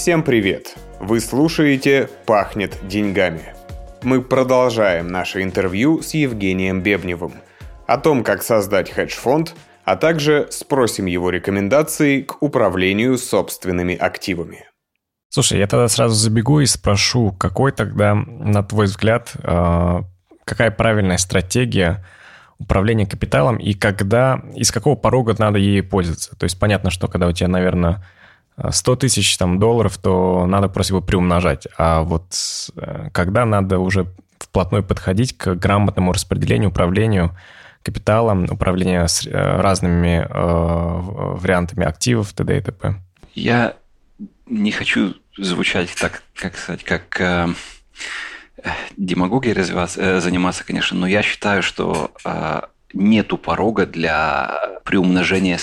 Всем привет! Вы слушаете «Пахнет деньгами». Мы продолжаем наше интервью с Евгением Бебневым о том, как создать хедж-фонд, а также спросим его рекомендации к управлению собственными активами. Слушай, я тогда сразу забегу и спрошу, какой тогда, на твой взгляд, какая правильная стратегия управления капиталом и с какого порога надо ей пользоваться? То есть понятно, что когда у тебя, наверное, 100 тысяч долларов, то надо просто его приумножать. А вот когда надо уже вплотную подходить к грамотному распределению, управлению капиталом, управлению с разными вариантами активов, т.д. и т.п.? Я не хочу звучать так, как демагогией заниматься, конечно, но я считаю, что нету порога для приумножения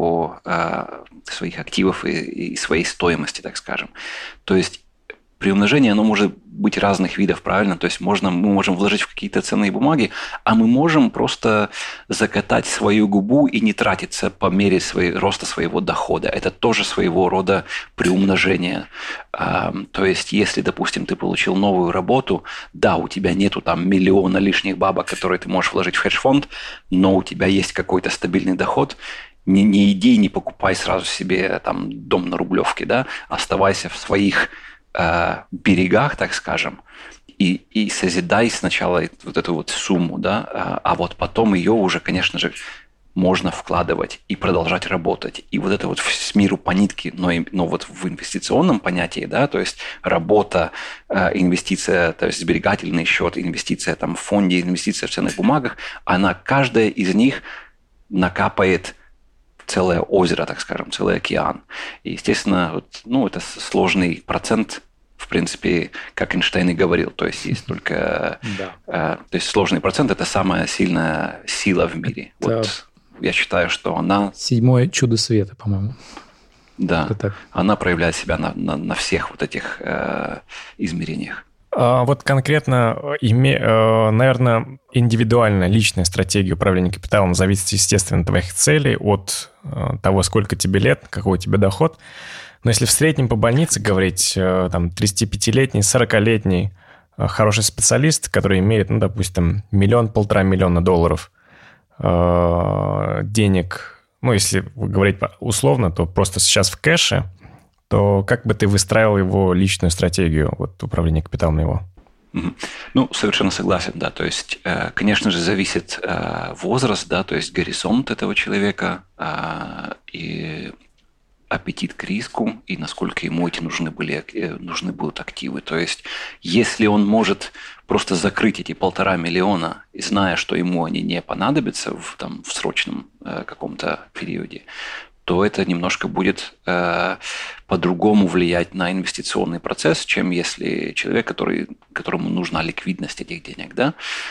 своих активов и своей стоимости, так скажем. То есть приумножение, оно может быть разных видов, правильно? То есть мы можем вложить в какие-то ценные бумаги, а мы можем просто закатать свою губу и не тратиться по мере роста своего дохода. Это тоже своего рода приумножение. То есть если, допустим, ты получил новую работу, да, у тебя нету там миллиона лишних бабок, которые ты можешь вложить в хедж-фонд, но у тебя есть какой-то стабильный доход. Не иди, не покупай сразу себе там дом на Рублевке, да, оставайся в своих берегах, так скажем, и созидай сначала вот эту вот сумму, да, а вот потом ее уже, конечно же, можно вкладывать и продолжать работать. И вот это вот с миру по нитке, но вот в инвестиционном понятии, да, то есть работа, инвестиция, то есть сберегательный счет, инвестиция там в фонде, инвестиция в ценных бумагах, каждая из них накапает целое озеро, так скажем, целый океан. И, естественно, это сложный процент, в принципе, как Эйнштейн и говорил. То есть есть только... то есть сложный процент – это самая сильная сила в мире. Это... Вот я считаю, что она... Седьмое чудо света, по-моему. Да, она проявляет себя на всех вот этих измерениях. Вот конкретно, наверное, индивидуальная личная стратегия управления капиталом зависит, естественно, от твоих целей, от того, сколько тебе лет, какой у тебя доход. Но если в среднем по больнице говорить, там, 35-летний, 40-летний хороший специалист, который имеет, допустим, 1-1,5 миллиона долларов денег, если говорить условно, то просто сейчас в кэше, то как бы ты выстраивал его личную стратегию управления капиталом его? Совершенно согласен, да. То есть, конечно же, зависит возраст, да, то есть горизонт этого человека и аппетит к риску, и насколько ему нужны будут активы. То есть, если он может просто закрыть эти 1,5 миллиона, и зная, что ему они не понадобятся в срочном каком-то периоде, то это немножко будет по-другому влиять на инвестиционный процесс, чем если человек, которому нужна ликвидность этих денег. Да?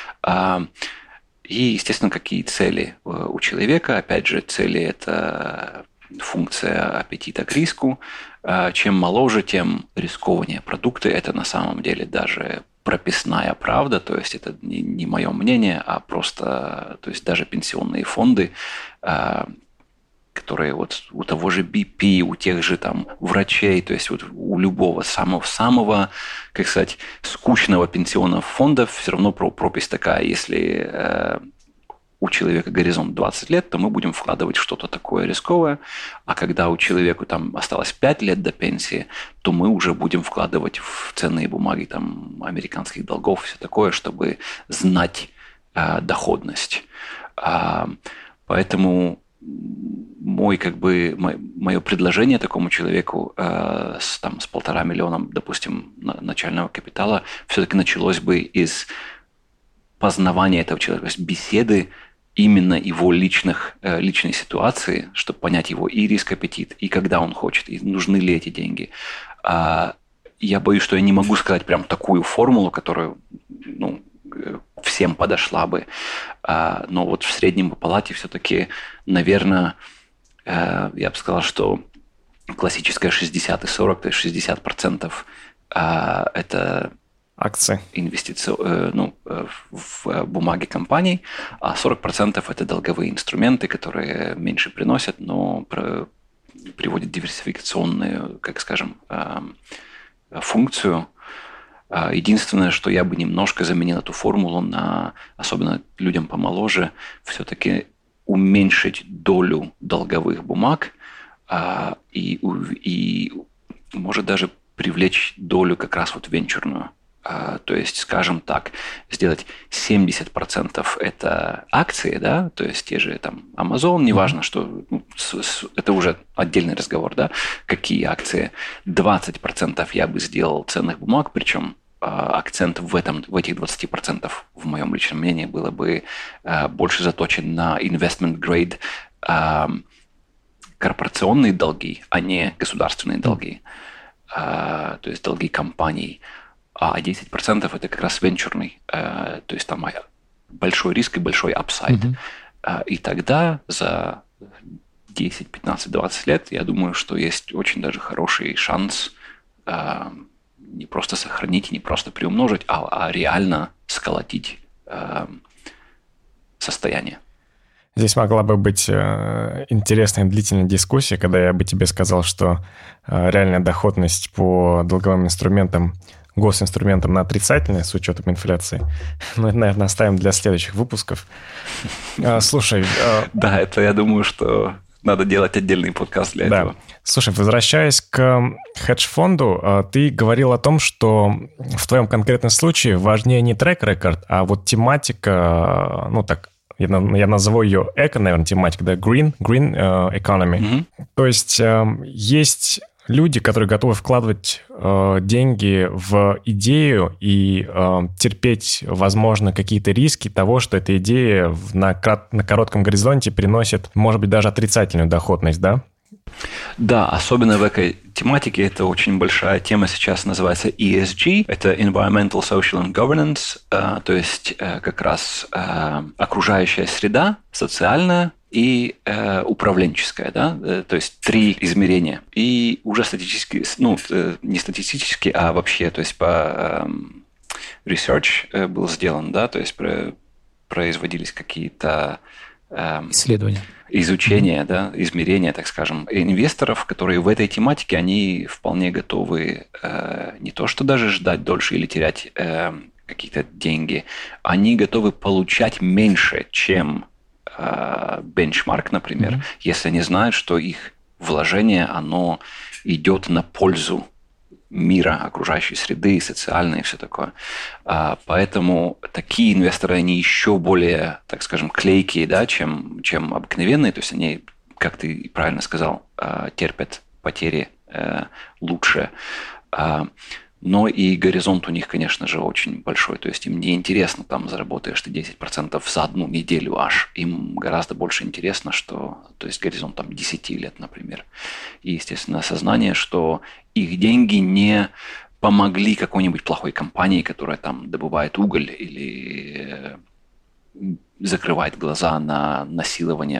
И, естественно, какие цели у человека. Опять же, цели – это функция аппетита к риску. Чем моложе, тем рискованнее продукты. Это на самом деле даже прописная правда, то есть это не мое мнение, а просто, то есть даже пенсионные фонды, которые у того же BP, у тех же там врачей, то есть у любого самого, как сказать, скучного пенсионного фонда все равно пропись такая, если у человека горизонт 20 лет, то мы будем вкладывать что-то такое рисковое, а когда у человека там осталось 5 лет до пенсии, то мы уже будем вкладывать в ценные бумаги там американских долгов и все такое, чтобы знать доходность. Поэтому мое предложение такому человеку с 1,5 миллиона, допустим, начального капитала все-таки началось бы из познавания этого человека, с беседы именно его личной ситуации, чтобы понять его и риск-аппетит, и когда он хочет, и нужны ли эти деньги. Я боюсь, что я не могу сказать прям такую формулу, которую всем подошла бы. Но вот в среднем по палате все-таки, наверное, я бы сказал, что классическая 60 и 40, то есть 60% это акции, в бумаги компаний, а 40% это долговые инструменты, которые меньше приносят, но приводит диверсификационную, как скажем, функцию. Единственное, что я бы немножко заменил эту формулу на, особенно людям помоложе, все-таки уменьшить долю долговых бумаг и может даже привлечь долю как раз вот венчурную. То есть, скажем так, сделать 70% это акции, да, то есть те же там Amazon, неважно, что это уже отдельный разговор, да, какие акции. 20% я бы сделал ценных бумаг, причем акцент в этих 20% в моем личном мнении было бы больше заточен на investment grade корпорационные долги, а не государственные долги, то есть долги компаний. А 10% это как раз венчурный, то есть там большой риск и большой апсайд. И тогда за 10, 15, 20 лет, я думаю, что есть очень даже хороший шанс не просто сохранить, не просто приумножить, а реально сколотить состояние. Здесь могла бы быть интересная длительная дискуссия, когда я бы тебе сказал, что реальная доходность по долговым инструментам, госинструментам на отрицательная с учетом инфляции. Но это, наверное, оставим для следующих выпусков. Слушай... Да, это я думаю, что надо делать отдельный подкаст для этого. Слушай, возвращаясь к хедж-фонду, ты говорил о том, что в твоем конкретном случае важнее не трек-рекорд, а вот тематика, ну так, я назову ее эко, наверное, тематика, да, green economy. То есть есть люди, которые готовы вкладывать деньги в идею и терпеть, возможно, какие-то риски того, что эта идея на коротком горизонте приносит, может быть, даже отрицательную доходность, да? Да, особенно в эко-тематике это очень большая тема сейчас называется ESG. Это Environmental, Social and Governance, то есть как раз окружающая среда, социальная и управленческая, да, то есть 3 измерения. И уже статистически, ну, не статистически, а вообще, то есть по research был сделан, да, то есть производились какие-то исследования. Изучение, да, измерения, так скажем, инвесторов, которые в этой тематике, они вполне готовы не то что даже ждать дольше или терять какие-то деньги, они готовы получать меньше, чем бенчмарк, например, если они знают, что их вложение, оно идет на пользу мира, окружающей среды, социальной и все такое. Поэтому такие инвесторы, они еще более, так скажем, клейкие, да, чем обыкновенные. То есть они, как ты правильно сказал, терпят потери лучше. Но и горизонт у них, конечно же, очень большой. То есть им не интересно, там заработаешь ты 10% за одну неделю аж. Им гораздо больше интересно, что, то есть горизонт там 10 лет, например. И, естественно, осознание, что их деньги не помогли какой-нибудь плохой компании, которая там добывает уголь или закрывает глаза на насилие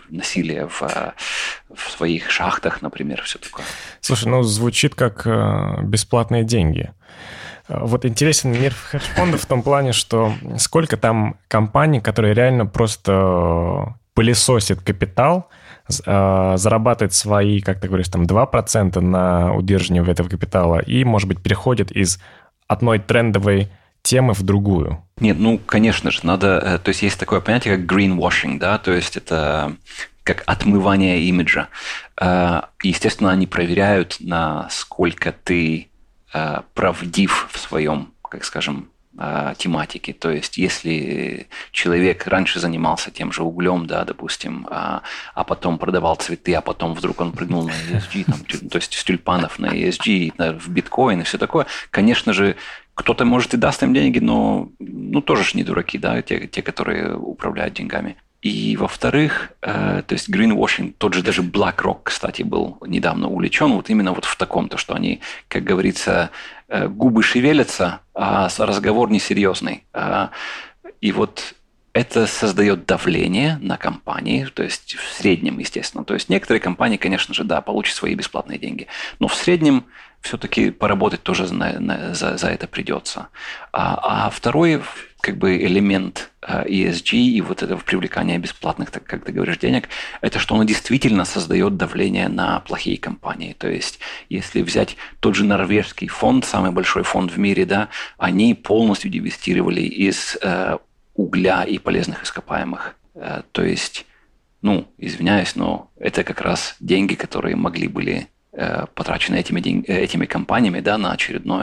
в своих шахтах, например, все такое. Слушай, ну звучит как бесплатные деньги. Вот интересен мир хедж-фондов в том плане, что сколько там компаний, которые реально просто пылесосят капитал, зарабатывают свои, как ты говоришь, там 2% на удерживание этого капитала и, может быть, переходят из одной трендовой темы в другую. Нет, ну, конечно же, надо... То есть есть такое понятие, как greenwashing, да, то есть это как отмывание имиджа. Естественно, они проверяют, насколько ты правдив в своем, как скажем, тематике. То есть, если человек раньше занимался тем же углем, да, допустим, а потом продавал цветы, а потом вдруг он прыгнул на ESG, там, то есть с тюльпанов на ESG, в биткоин и все такое, конечно же, кто-то, может, и даст им деньги, но тоже ж не дураки, да, те, которые управляют деньгами. И, во-вторых, то есть greenwashing, тот же даже BlackRock, кстати, был недавно увлечен вот именно вот в таком-то, что они, как говорится, губы шевелятся, а разговор несерьезный. И вот это создает давление на компании, то есть в среднем, естественно. То есть некоторые компании, конечно же, да, получат свои бесплатные деньги, но в среднем все-таки поработать тоже за это придется. А второй как бы элемент ESG и вот этого привлекания бесплатных, так как ты говоришь, денег, это что оно действительно создает давление на плохие компании. То есть, если взять тот же норвежский фонд, самый большой фонд в мире, да, они полностью инвестировали из угля и полезных ископаемых. То есть, извиняюсь, но это как раз деньги, которые могли были потрачены этими компаниями, да, на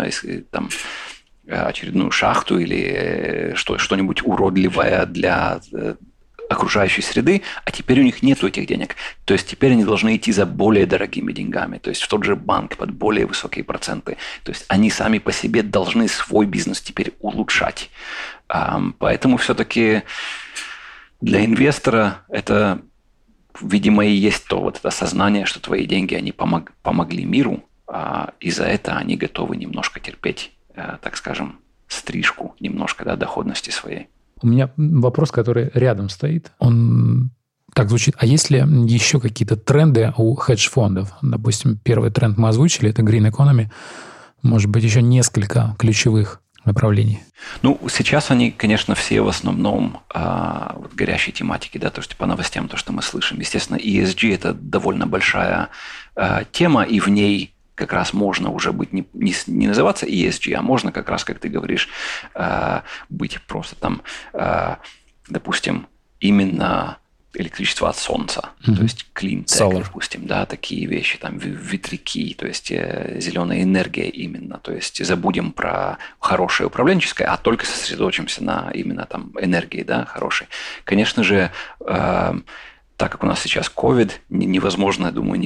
очередную шахту или что-нибудь уродливое для окружающей среды, а теперь у них нет этих денег. То есть теперь они должны идти за более дорогими деньгами, то есть в тот же банк под более высокие проценты. То есть они сами по себе должны свой бизнес теперь улучшать. Поэтому все-таки для инвестора это, видимо, и есть вот это сознание, что твои деньги, они помогли миру, и за это они готовы немножко терпеть, так скажем, стрижку немножко, да, доходности своей. У меня вопрос, который рядом стоит, он так звучит. А есть ли еще какие-то тренды у хедж-фондов? Допустим, первый тренд мы озвучили, это Green Economy. Может быть, еще несколько ключевых направлений? Сейчас они, конечно, все в основном горящие тематики, да, то есть по новостям, то, что мы слышим. Естественно, ESG – это довольно большая тема, и в ней как раз можно уже быть не называться ESG, а можно как раз, как ты говоришь, быть просто там, допустим, именно электричество от солнца, то есть clean tech, допустим, да, такие вещи, там ветряки, то есть зеленая энергия именно, то есть забудем про хорошее управленческое, а только сосредоточимся на именно там энергии, да, хорошей. Конечно же, так как у нас сейчас COVID, невозможно, я думаю,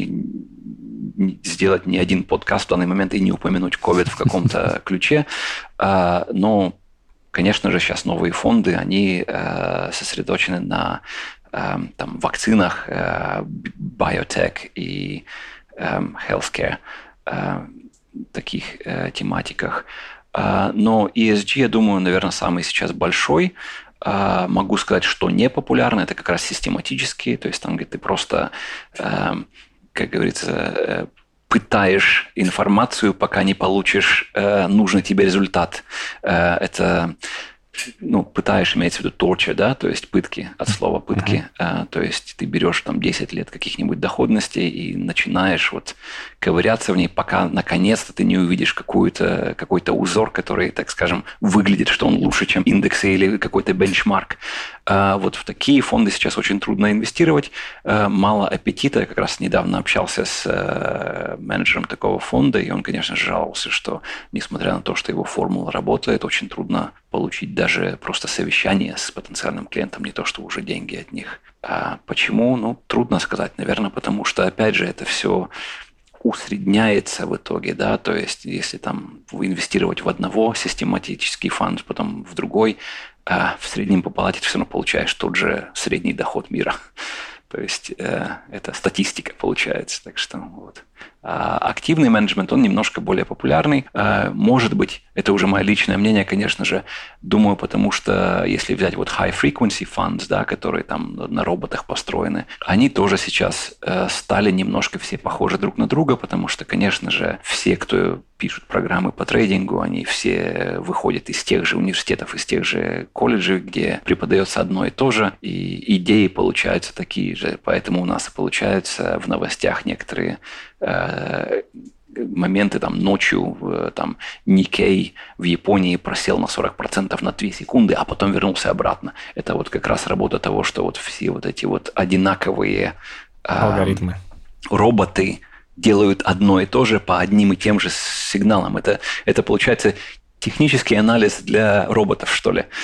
сделать ни один подкаст в данный момент и не упомянуть COVID в каком-то ключе, но, конечно же, сейчас новые фонды, они сосредоточены на там, вакцинах, biotech и healthcare, таких тематиках. Но ESG, я думаю, наверное, самый сейчас большой. Могу сказать, что не популярно, это как раз систематические, то есть там, где ты просто, как говорится, пытаешь информацию, пока не получишь нужный тебе результат. Это пытаешь, имеется в виду torture, да, то есть пытки, от слова пытки. То есть ты берешь там 10 лет каких-нибудь доходностей и начинаешь вот ковыряться в ней, пока наконец-то ты не увидишь какой-то узор, который, так скажем, выглядит, что он лучше, чем индексы или какой-то бенчмарк. Вот в такие фонды сейчас очень трудно инвестировать, мало аппетита. Я как раз недавно общался с менеджером такого фонда, и он, конечно, жаловался, что, несмотря на то, что его формула работает, очень трудно получить даже просто совещание с потенциальным клиентом, не то, что уже деньги от них. А почему? Трудно сказать. Наверное, потому что, опять же, это все усредняется в итоге, да, то есть если там инвестировать в одного систематический фонд, потом в другой, в среднем по палате ты все равно получаешь тот же средний доход мира. То есть это статистика получается. Так что вот. Активный менеджмент, он немножко более популярный. Может быть, это уже мое личное мнение, конечно же, думаю, потому что если взять вот high frequency funds, да, которые там на роботах построены, они тоже сейчас стали немножко все похожи друг на друга, потому что, конечно же, все, кто пишут программы по трейдингу, они все выходят из тех же университетов, из тех же колледжей, где преподается одно и то же, и идеи получаются такие же. Поэтому у нас и получаются в новостях некоторые моменты, там ночью там Nikkei в Японии просел на 40% на 2 секунды, а потом вернулся обратно. Это вот как раз работа того, что вот все вот эти вот одинаковые алгоритмы, роботы делают одно и то же по одним и тем же сигналам. Это получается технический анализ для роботов, что ли.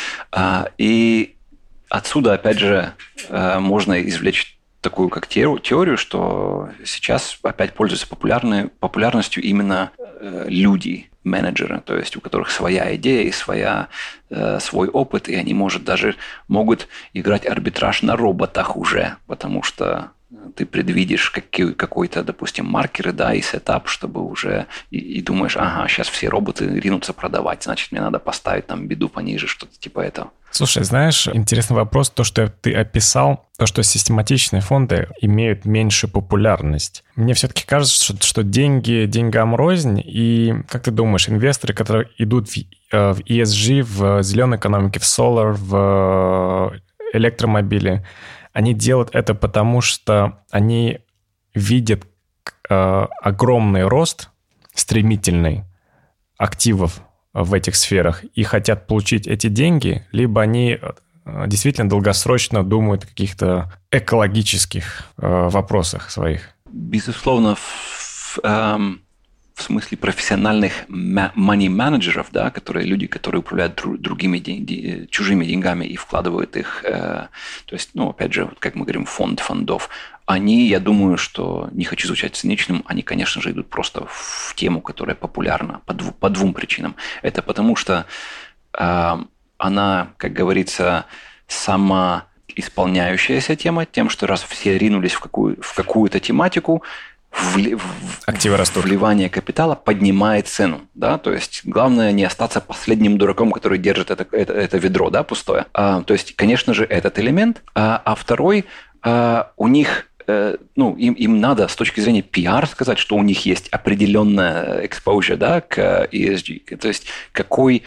И отсюда, опять же, можно извлечь такую как теорию, что сейчас опять пользуются популярностью именно люди, менеджеры, то есть у которых своя идея и свой опыт, и они, может, даже могут играть арбитраж на роботах уже, потому что ты предвидишь какой-то, допустим, маркеры, да, и сетап, чтобы уже, и думаешь, ага, сейчас все роботы ринутся продавать, значит, мне надо поставить там биду пониже, что-то типа этого. Слушай, знаешь, интересный вопрос, то, что ты описал, то, что систематичные фонды имеют меньшую популярность. Мне все-таки кажется, что деньги деньгам рознь, и, как ты думаешь, инвесторы, которые идут в ESG, в зеленой экономике, в solar, в электромобили, они делают это потому, что они видят огромный рост, стремительный, активов в этих сферах и хотят получить эти деньги, либо они действительно долгосрочно думают о каких-то экологических вопросах своих. Безусловно, в смысле профессиональных money-менеджеров, да, люди, которые управляют чужими деньгами и вкладывают их, то есть, опять же, как мы говорим, фонд фондов, они, я думаю, что, не хочу звучать циничным, они, конечно же, идут просто в тему, которая популярна по двум причинам. Это потому, что она, как говорится, самоисполняющаяся тема, тем, что раз все ринулись в какую-то тематику, активы растут. Вливание капитала поднимает цену, да, то есть главное не остаться последним дураком, который держит это ведро, да, пустое. То есть, конечно же, этот элемент, а второй, у них, им надо с точки зрения PR сказать, что у них есть определенная exposure, да, к ESG, то есть какой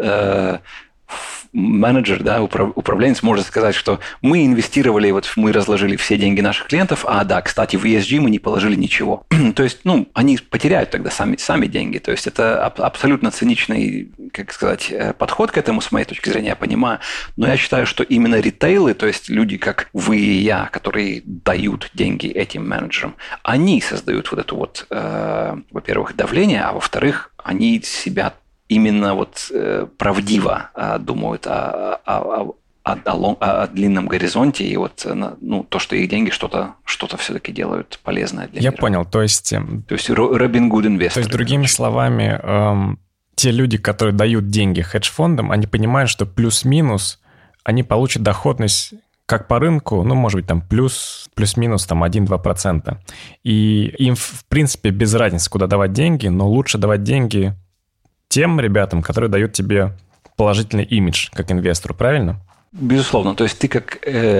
менеджер, да, управленец может сказать, что мы инвестировали, мы разложили все деньги наших клиентов, кстати, в ESG мы не положили ничего. То есть, они потеряют тогда сами деньги. То есть, это абсолютно циничный, подход к этому, с моей точки зрения, я понимаю. Но я считаю, что именно ритейлы, то есть, люди, как вы и я, которые дают деньги этим менеджерам, они создают вот это во-первых, давление, а во-вторых, они себя именно правдиво думают о длинном горизонте и то, что их деньги что-то все-таки делают полезное для мира. Я понял, то есть Робин Гуд инвестор. То есть, другими словами, те люди, которые дают деньги хедж-фондам, они понимают, что плюс-минус они получат доходность как по рынку, может быть, там плюс-минус там 1-2%. И им, в принципе, без разницы, куда давать деньги, но лучше давать деньги тем ребятам, которые дают тебе положительный имидж как инвестору, правильно? Безусловно. То есть ты как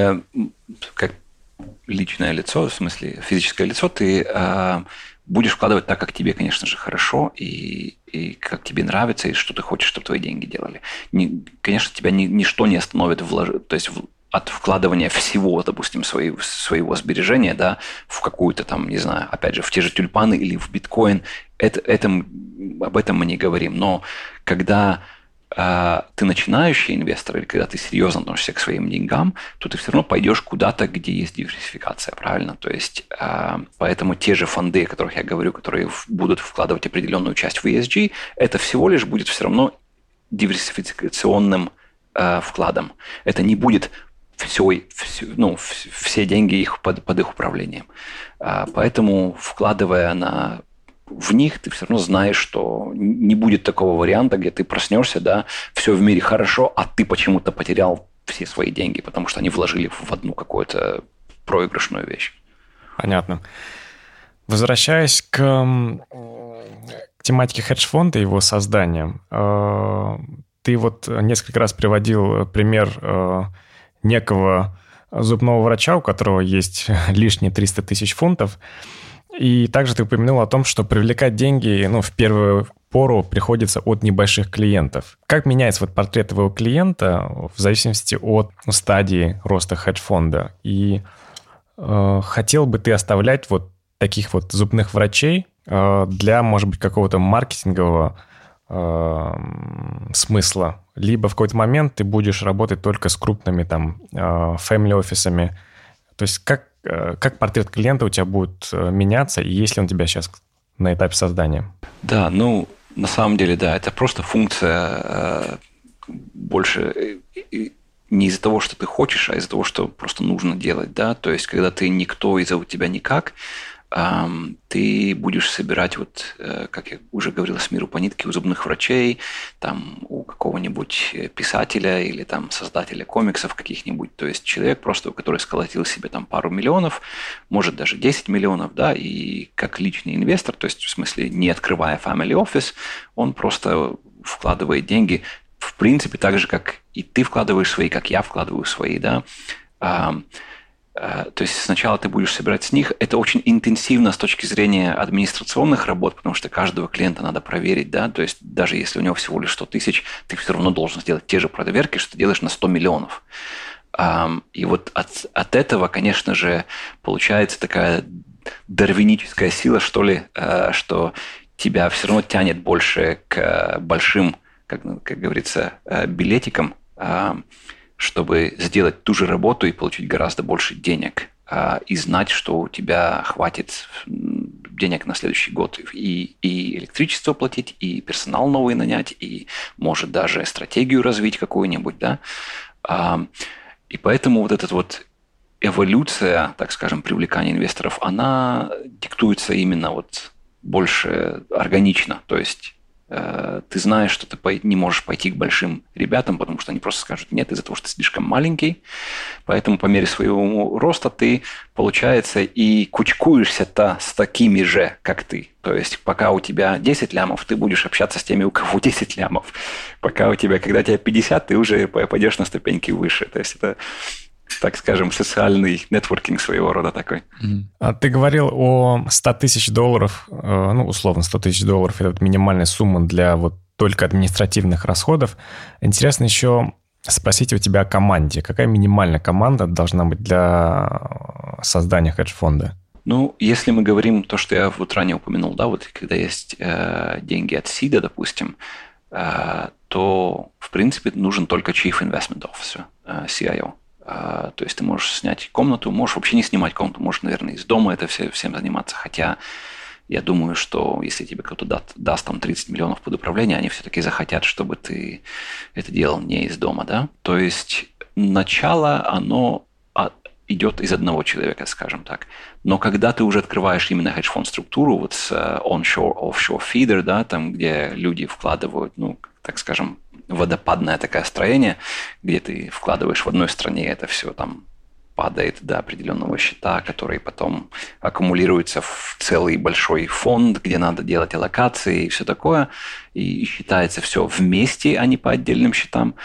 личное лицо, в смысле физическое лицо, ты будешь вкладывать так, как тебе, конечно же, хорошо и как тебе нравится, и что ты хочешь, чтобы твои деньги делали. Конечно, тебя ничто не остановит от вкладывания всего, допустим, своего сбережения, да, в какую-то там, не знаю, опять же, в те же тюльпаны или в биткоин. Об этом мы не говорим. Но когда ты начинающий инвестор, или когда ты серьезно относишься к своим деньгам, то ты все равно пойдешь куда-то, где есть диверсификация, правильно? То есть, поэтому те же фонды, о которых я говорю, которые будут вкладывать определенную часть в ESG, это всего лишь будет все равно диверсификационным вкладом. Это не будет все деньги их под их управлением. Поэтому, вкладывая в них, ты все равно знаешь, что не будет такого варианта, где ты проснешься, да, все в мире хорошо, а ты почему-то потерял все свои деньги, потому что они вложили в одну какую-то проигрышную вещь. Понятно. Возвращаясь к тематике хедж-фонда и его создания, ты несколько раз приводил пример некого зубного врача, у которого есть лишние 300 тысяч фунтов. И также ты упомянул о том, что привлекать деньги в первую пору приходится от небольших клиентов. Как меняется портрет твоего клиента в зависимости от стадии роста хедж-фонда? И хотел бы ты оставлять таких зубных врачей для, может быть, какого-то маркетингового смысла? Либо в какой-то момент ты будешь работать только с крупными family-офисами? То есть как портрет клиента у тебя будет меняться, и есть ли он у тебя сейчас на этапе создания? Да, на самом деле, да, это просто функция больше не из-за того, что ты хочешь, а из-за того, что просто нужно делать, да, то есть когда ты никто и зовут тебя никак, ты будешь собирать, вот, как я уже говорил, с миру по нитке у зубных врачей, там, у какого-нибудь писателя или там создателя комиксов каких-нибудь. То есть человек просто, который сколотил себе там пару миллионов, может даже 10 миллионов, да, и как личный инвестор, то есть в смысле не открывая family office, он просто вкладывает деньги, в принципе, так же, как и ты вкладываешь свои, как я вкладываю свои, да. То есть сначала ты будешь собирать с них. Это очень интенсивно с точки зрения администрационных работ, потому что каждого клиента надо проверить, да, то есть даже если у него всего лишь 100 тысяч, ты все равно должен сделать те же проверки, что ты делаешь на 100 миллионов. И вот от этого, конечно же, получается такая дарвиническая сила, что ли, что тебя все равно тянет больше к большим, как говорится, билетикам, чтобы сделать ту же работу и получить гораздо больше денег, и знать, что у тебя хватит денег на следующий год и электричество платить, и персонал новый нанять, и, может, даже стратегию развить какую-нибудь, да. И поэтому вот эта вот эволюция, так скажем, привлекания инвесторов, она диктуется именно вот больше органично, то есть ты знаешь, что ты не можешь пойти к большим ребятам, потому что они просто скажут нет из-за того, что ты слишком маленький. Поэтому по мере своего роста ты, получается, и кучкуешься-то с такими же, как ты. То есть пока у тебя 10 лямов, ты будешь общаться с теми, у кого 10 лямов. Пока у тебя, когда тебе 50, ты уже пойдешь на ступеньки выше. То есть это, так скажем, социальный нетворкинг своего рода такой. Ты говорил о 100 тысяч долларов, ну, условно, 100 тысяч долларов – это минимальная сумма для вот только административных расходов. Интересно еще спросить у тебя о команде. Какая минимальная команда должна быть для создания хедж-фонда? Ну, если мы говорим то, что я вот ранее упомянул, да, вот когда есть деньги от сида, допустим, то, в принципе, нужен только Chief Investment Officer, CIO. То есть ты можешь снять комнату, можешь вообще не снимать комнату, можешь, наверное, из дома это всем заниматься. Хотя я думаю, что если тебе кто-то даст там 30 миллионов под управление, они все-таки захотят, чтобы ты это делал не из дома, да. То есть начало, оно идет из одного человека, скажем так. Но когда ты уже открываешь именно хедж-фонд структуру, вот с onshore, offshore feeder, да, там, где люди вкладывают, ну, так скажем, водопадное такое строение, где ты вкладываешь в одной стране, это все там падает до определенного счета, который потом аккумулируется в целый большой фонд, где надо делать аллокации и все такое, и считается все вместе, а не по отдельным счетам,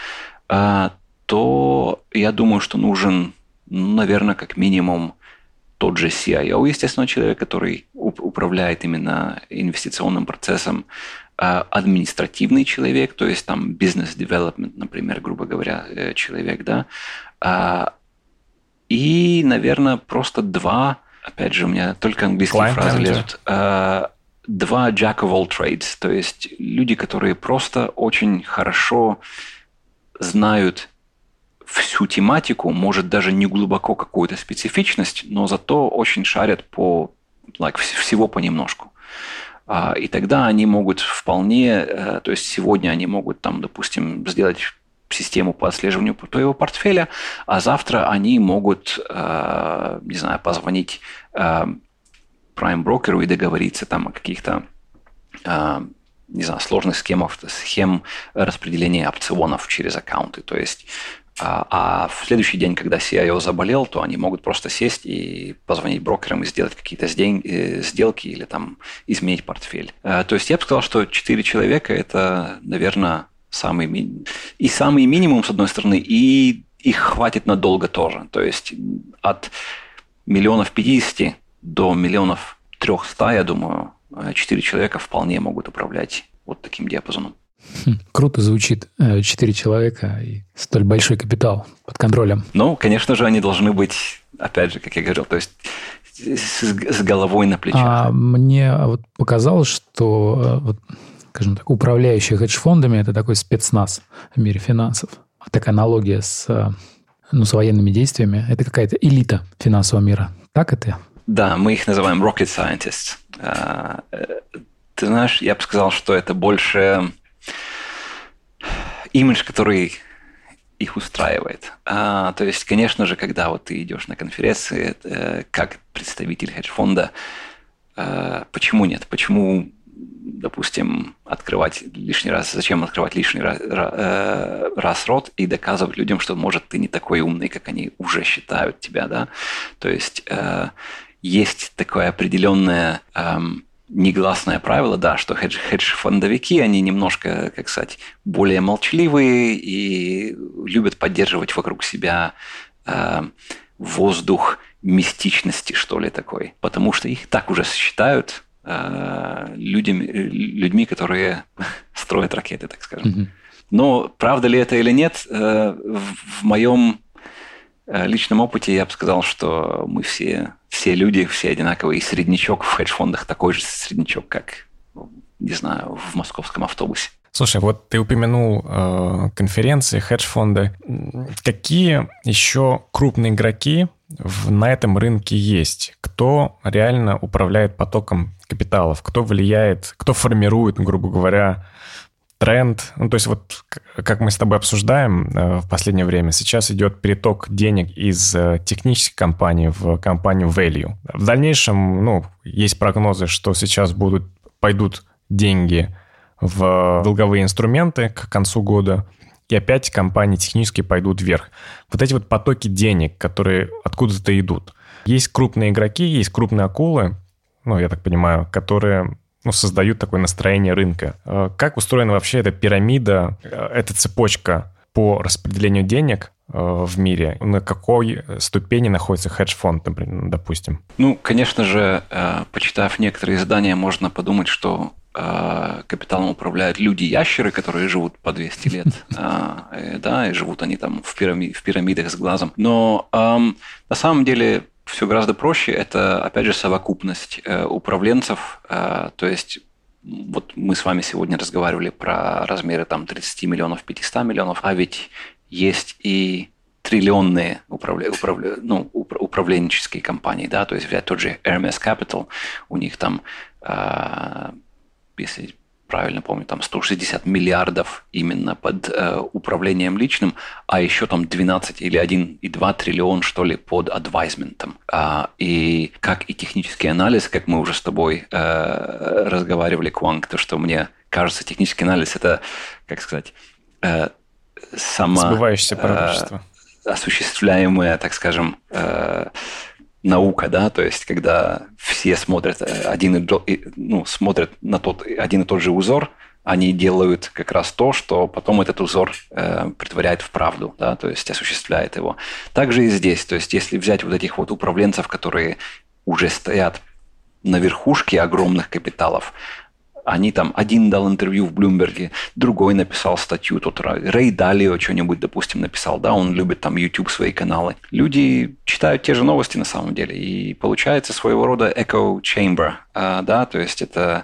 то я думаю, что нужен, наверное, как минимум тот же CIO, естественно, человек, который управляет именно инвестиционным процессом, административный человек, то есть там business development, например, грубо говоря, человек, да, и, наверное, просто два, опять же, у меня только английские фразы лезут, два jack of all trades, то есть люди, которые просто очень хорошо знают всю тематику, может, даже не глубоко какую-то специфичность, но зато очень шарят по всего понемножку. И тогда они могут вполне, то есть сегодня они могут там, допустим, сделать систему по отслеживанию твоего портфеля, а завтра они могут, не знаю, позвонить прайм-брокеру и договориться там о каких-то, не знаю, сложных схем распределения опционов через аккаунты. То есть а в следующий день, когда CIO заболел, то они могут просто сесть и позвонить брокерам и сделать какие-то сделки или там изменить портфель. То есть я бы сказал, что 4 человека – это, наверное, самый минимум, с одной стороны, и их хватит надолго тоже. То есть от 1 50 000 до 1 300 000, я думаю, 4 человека вполне могут управлять вот таким диапазоном. Круто звучит. 4 человека и столь большой капитал под контролем. Ну, конечно же, они должны быть, опять же, как я говорил, то есть с головой на плечах. Мне вот показалось, что, вот, скажем так, управляющие хедж-фондами – это такой спецназ в мире финансов. Такая аналогия с военными действиями. Это какая-то элита финансового мира. Так это? Да, мы их называем rocket scientists. Ты знаешь, я бы сказал, что это больше имидж, который их устраивает. То есть, конечно же, когда вот ты идешь на конференции, как представитель хедж-фонда, почему нет? Почему, допустим, открывать лишний раз, зачем открывать лишний раз рот и доказывать людям, что, может, ты не такой умный, как они уже считают тебя, да? То есть есть такое определенное негласное правило, да, что хедж-фондовики, они немножко, как сказать, более молчаливые и любят поддерживать вокруг себя воздух мистичности, что ли, такой. Потому что их так уже считают людьми, которые строят ракеты, так скажем. Mm-hmm. Но правда ли это или нет, в моем личном опыте я бы сказал, что мы все люди, все одинаковые. И среднячок в хедж-фондах такой же среднячок, как, не знаю, в московском автобусе. Слушай, вот ты упомянул конференции, хедж-фонды. Какие еще крупные игроки на этом рынке есть? Кто реально управляет потоком капиталов? Кто влияет, кто формирует, грубо говоря, тренд? Ну, то есть вот как мы с тобой обсуждаем в последнее время, сейчас идет переток денег из технических компаний в компанию value. В дальнейшем, есть прогнозы, что сейчас пойдут деньги в долговые инструменты к концу года, и опять компании технические пойдут вверх. Вот эти вот потоки денег, которые откуда-то идут. Есть крупные игроки, есть крупные акулы, я так понимаю, которые создают такое настроение рынка. Как устроена вообще эта пирамида, эта цепочка по распределению денег в мире? На какой ступени находится хедж-фонд, например, допустим? Конечно же, почитав некоторые издания, можно подумать, что капиталом управляют люди-ящеры, которые живут по 200 лет, да, и живут они там в пирамидах с глазом. Но на самом деле все гораздо проще. Это, опять же, совокупность управленцев. То есть, вот мы с вами сегодня разговаривали про размеры там 30 миллионов, 500 миллионов, а ведь есть и триллионные управленческие компании, да, то есть взять тот же Hermes Capital, у них там, если правильно помню, там 160 миллиардов именно под управлением личным, а еще там 12 или 1,2 триллион, что ли, под адвайзментом. И как и технический анализ, как мы уже с тобой разговаривали, Кванг, то, что мне кажется, технический анализ – это, как сказать, сбывающееся пророчество. Осуществляемая, так скажем, наука, да, то есть когда все смотрят смотрят на один и тот же узор, они делают как раз то, что потом этот узор претворяет в правду, да, то есть осуществляет его. Также и здесь, то есть если взять вот этих вот управленцев, которые уже стоят на верхушке огромных капиталов, они там, один дал интервью в Блумберге, другой написал статью, тот Рэй Далио что-нибудь, допустим, написал, да, он любит там YouTube, свои каналы. Люди читают те же новости на самом деле, и получается своего рода echo chamber, да, то есть это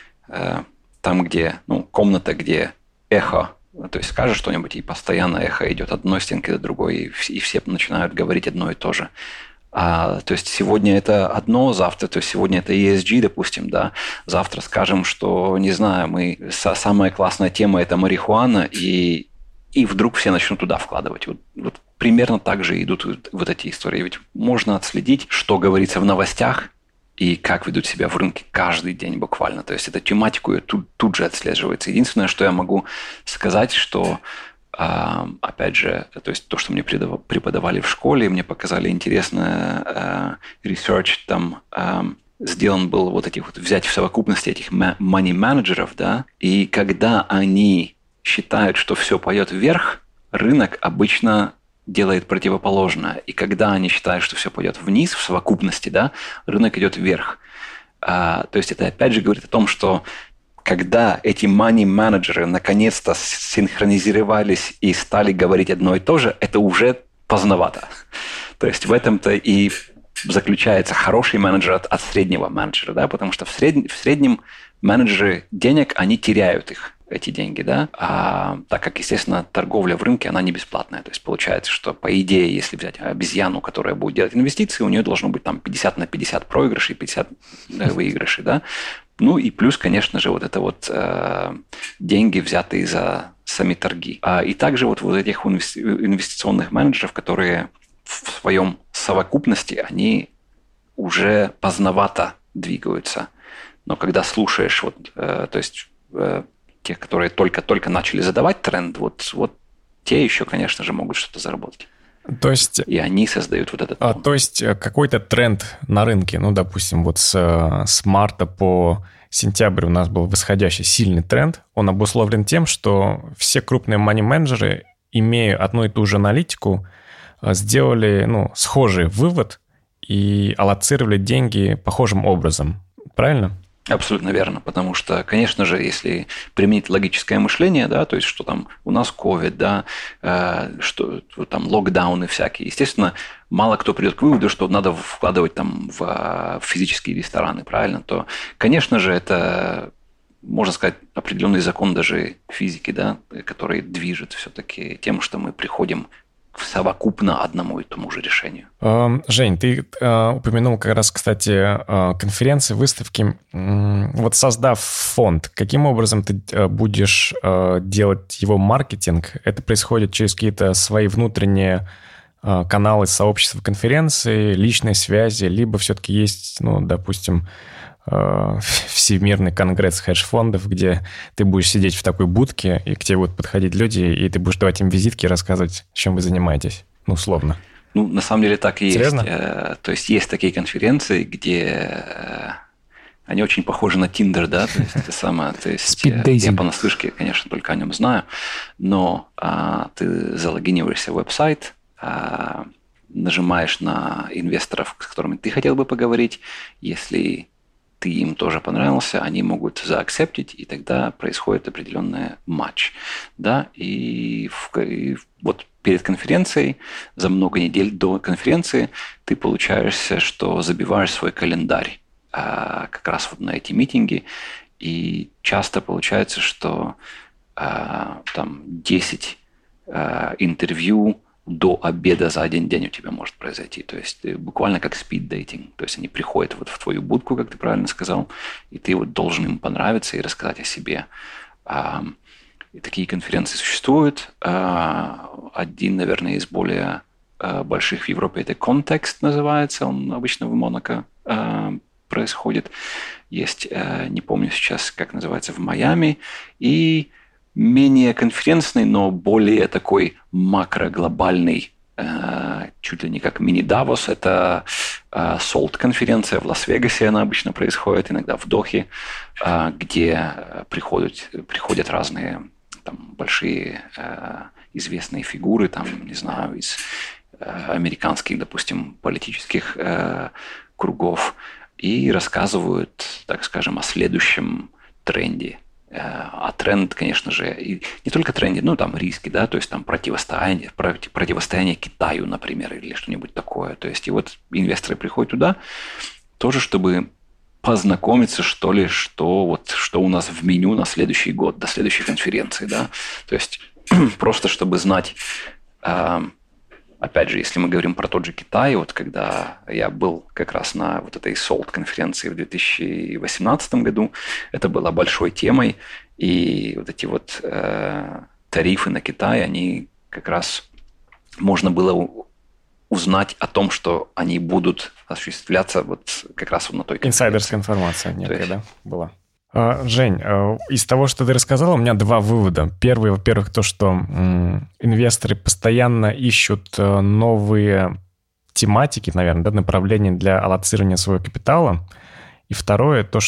там, где, комната, где эхо, то есть скажешь что-нибудь, и постоянно эхо идет от одной стенки до другой, и все начинают говорить одно и то же. То есть сегодня это одно, завтра, то есть сегодня это ESG, допустим, да, завтра скажем, что, не знаю, самая классная тема – это марихуана, и вдруг все начнут туда вкладывать. Вот примерно так же идут вот эти истории. Ведь можно отследить, что говорится в новостях и как ведут себя в рынке каждый день буквально. То есть эту тематику тут же отслеживается. Единственное, что я могу сказать, что опять же, то есть то, что мне преподавали в школе, мне показали интересный research, там сделан был взять в совокупности этих money-менеджеров, да, и когда они считают, что все пойдет вверх, рынок обычно делает противоположное. И когда они считают, что все пойдет вниз в совокупности, да, рынок идет вверх. То есть это опять же говорит о том, что когда эти money-менеджеры наконец-то синхронизировались и стали говорить одно и то же, это уже поздновато. То есть в этом-то и заключается хороший менеджер от среднего менеджера, да, потому что в среднем менеджеры денег, они теряют эти деньги, да, так как, естественно, торговля в рынке, она не бесплатная. То есть получается, что по идее, если взять обезьяну, которая будет делать инвестиции, у нее должно быть там 50 на 50 проигрышей, 50 выигрышей, да. И плюс, конечно же, деньги, взятые за сами торги. И также вот этих инвестиционных менеджеров, которые в своем совокупности, они уже поздновато двигаются. Но когда слушаешь, то есть тех, которые только начали задавать тренд, вот те еще, конечно же, могут что-то заработать. То есть, и они создают вот этот... То есть какой-то тренд на рынке, ну, допустим, вот с марта по сентябрь у нас был восходящий сильный тренд. Он обусловлен тем, что все крупные мани-менеджеры, имея одну и ту же аналитику, сделали схожий вывод и аллоцировали деньги похожим образом. Правильно? Абсолютно верно, потому что, конечно же, если применить логическое мышление, да, то есть, что там у нас COVID, да, что там локдауны всякие, естественно, мало кто придет к выводу, что надо вкладывать там в физические рестораны, правильно, то, конечно же, это, можно сказать, определенный закон даже физики, да, который движет все-таки тем, что мы приходим совокупно одному и тому же решению. Жень, ты упомянул как раз, кстати, конференции, выставки. Вот создав фонд, каким образом ты будешь делать его маркетинг? Это происходит через какие-то свои внутренние каналы сообщества конференции, личные связи, либо все-таки есть, допустим, Всемирный конгресс хедж-фондов, где ты будешь сидеть в такой будке, и к тебе будут подходить люди, и ты будешь давать им визитки и рассказывать, чем вы занимаетесь, условно. На самом деле так и есть. Серьезно? То есть есть такие конференции, где они очень похожи на Tinder, да, то есть это самое, то есть я понаслышке, конечно, только о нем знаю, но ты залогиниваешься в веб-сайт, нажимаешь на инвесторов, с которыми ты хотел бы поговорить, если ты им тоже понравился, они могут заакцептить, и тогда происходит определенный матч. Да? И вот перед конференцией, за много недель до конференции, ты получаешься, что забиваешь свой календарь как раз вот на эти митинги, и часто получается, что там 10 интервью до обеда за один день у тебя может произойти. То есть буквально как спид-дейтинг. То есть они приходят вот в твою будку, как ты правильно сказал, и ты вот должен им понравиться и рассказать о себе. И такие конференции существуют. Один, наверное, из более больших в Европе – это «Контекст» называется. Он обычно в Монако происходит. Есть, не помню сейчас, как называется, в Майами. И менее конференцный, но более такой макроглобальный, чуть ли не как мини-Давос. Это SALT-конференция в Лас-Вегасе, она обычно происходит, иногда в Дохе, где приходят разные там, большие известные фигуры, там, не знаю, из американских, допустим, политических кругов, и рассказывают, так скажем, о следующем тренде. А тренд, конечно же, и не только тренде, там риски, да, то есть там противостояние Китаю, например, или что-нибудь такое. То есть и вот инвесторы приходят туда тоже, чтобы познакомиться, что ли, что у нас в меню на следующий год, до следующей конференции, да. То есть просто чтобы знать, опять же, если мы говорим про тот же Китай, вот когда я был как раз на вот этой SALT-конференции в 2018 году, это было большой темой, и вот эти вот тарифы на Китай, они как раз можно было узнать о том, что они будут осуществляться вот как раз вот на той конференции. Инсайдерская информация некая, да, была? Жень, из того, что ты рассказал, у меня два вывода. Первый, во-первых, то, что инвесторы постоянно ищут новые тематики, наверное, да, направления для аллоцирования своего капитала. И второе, то,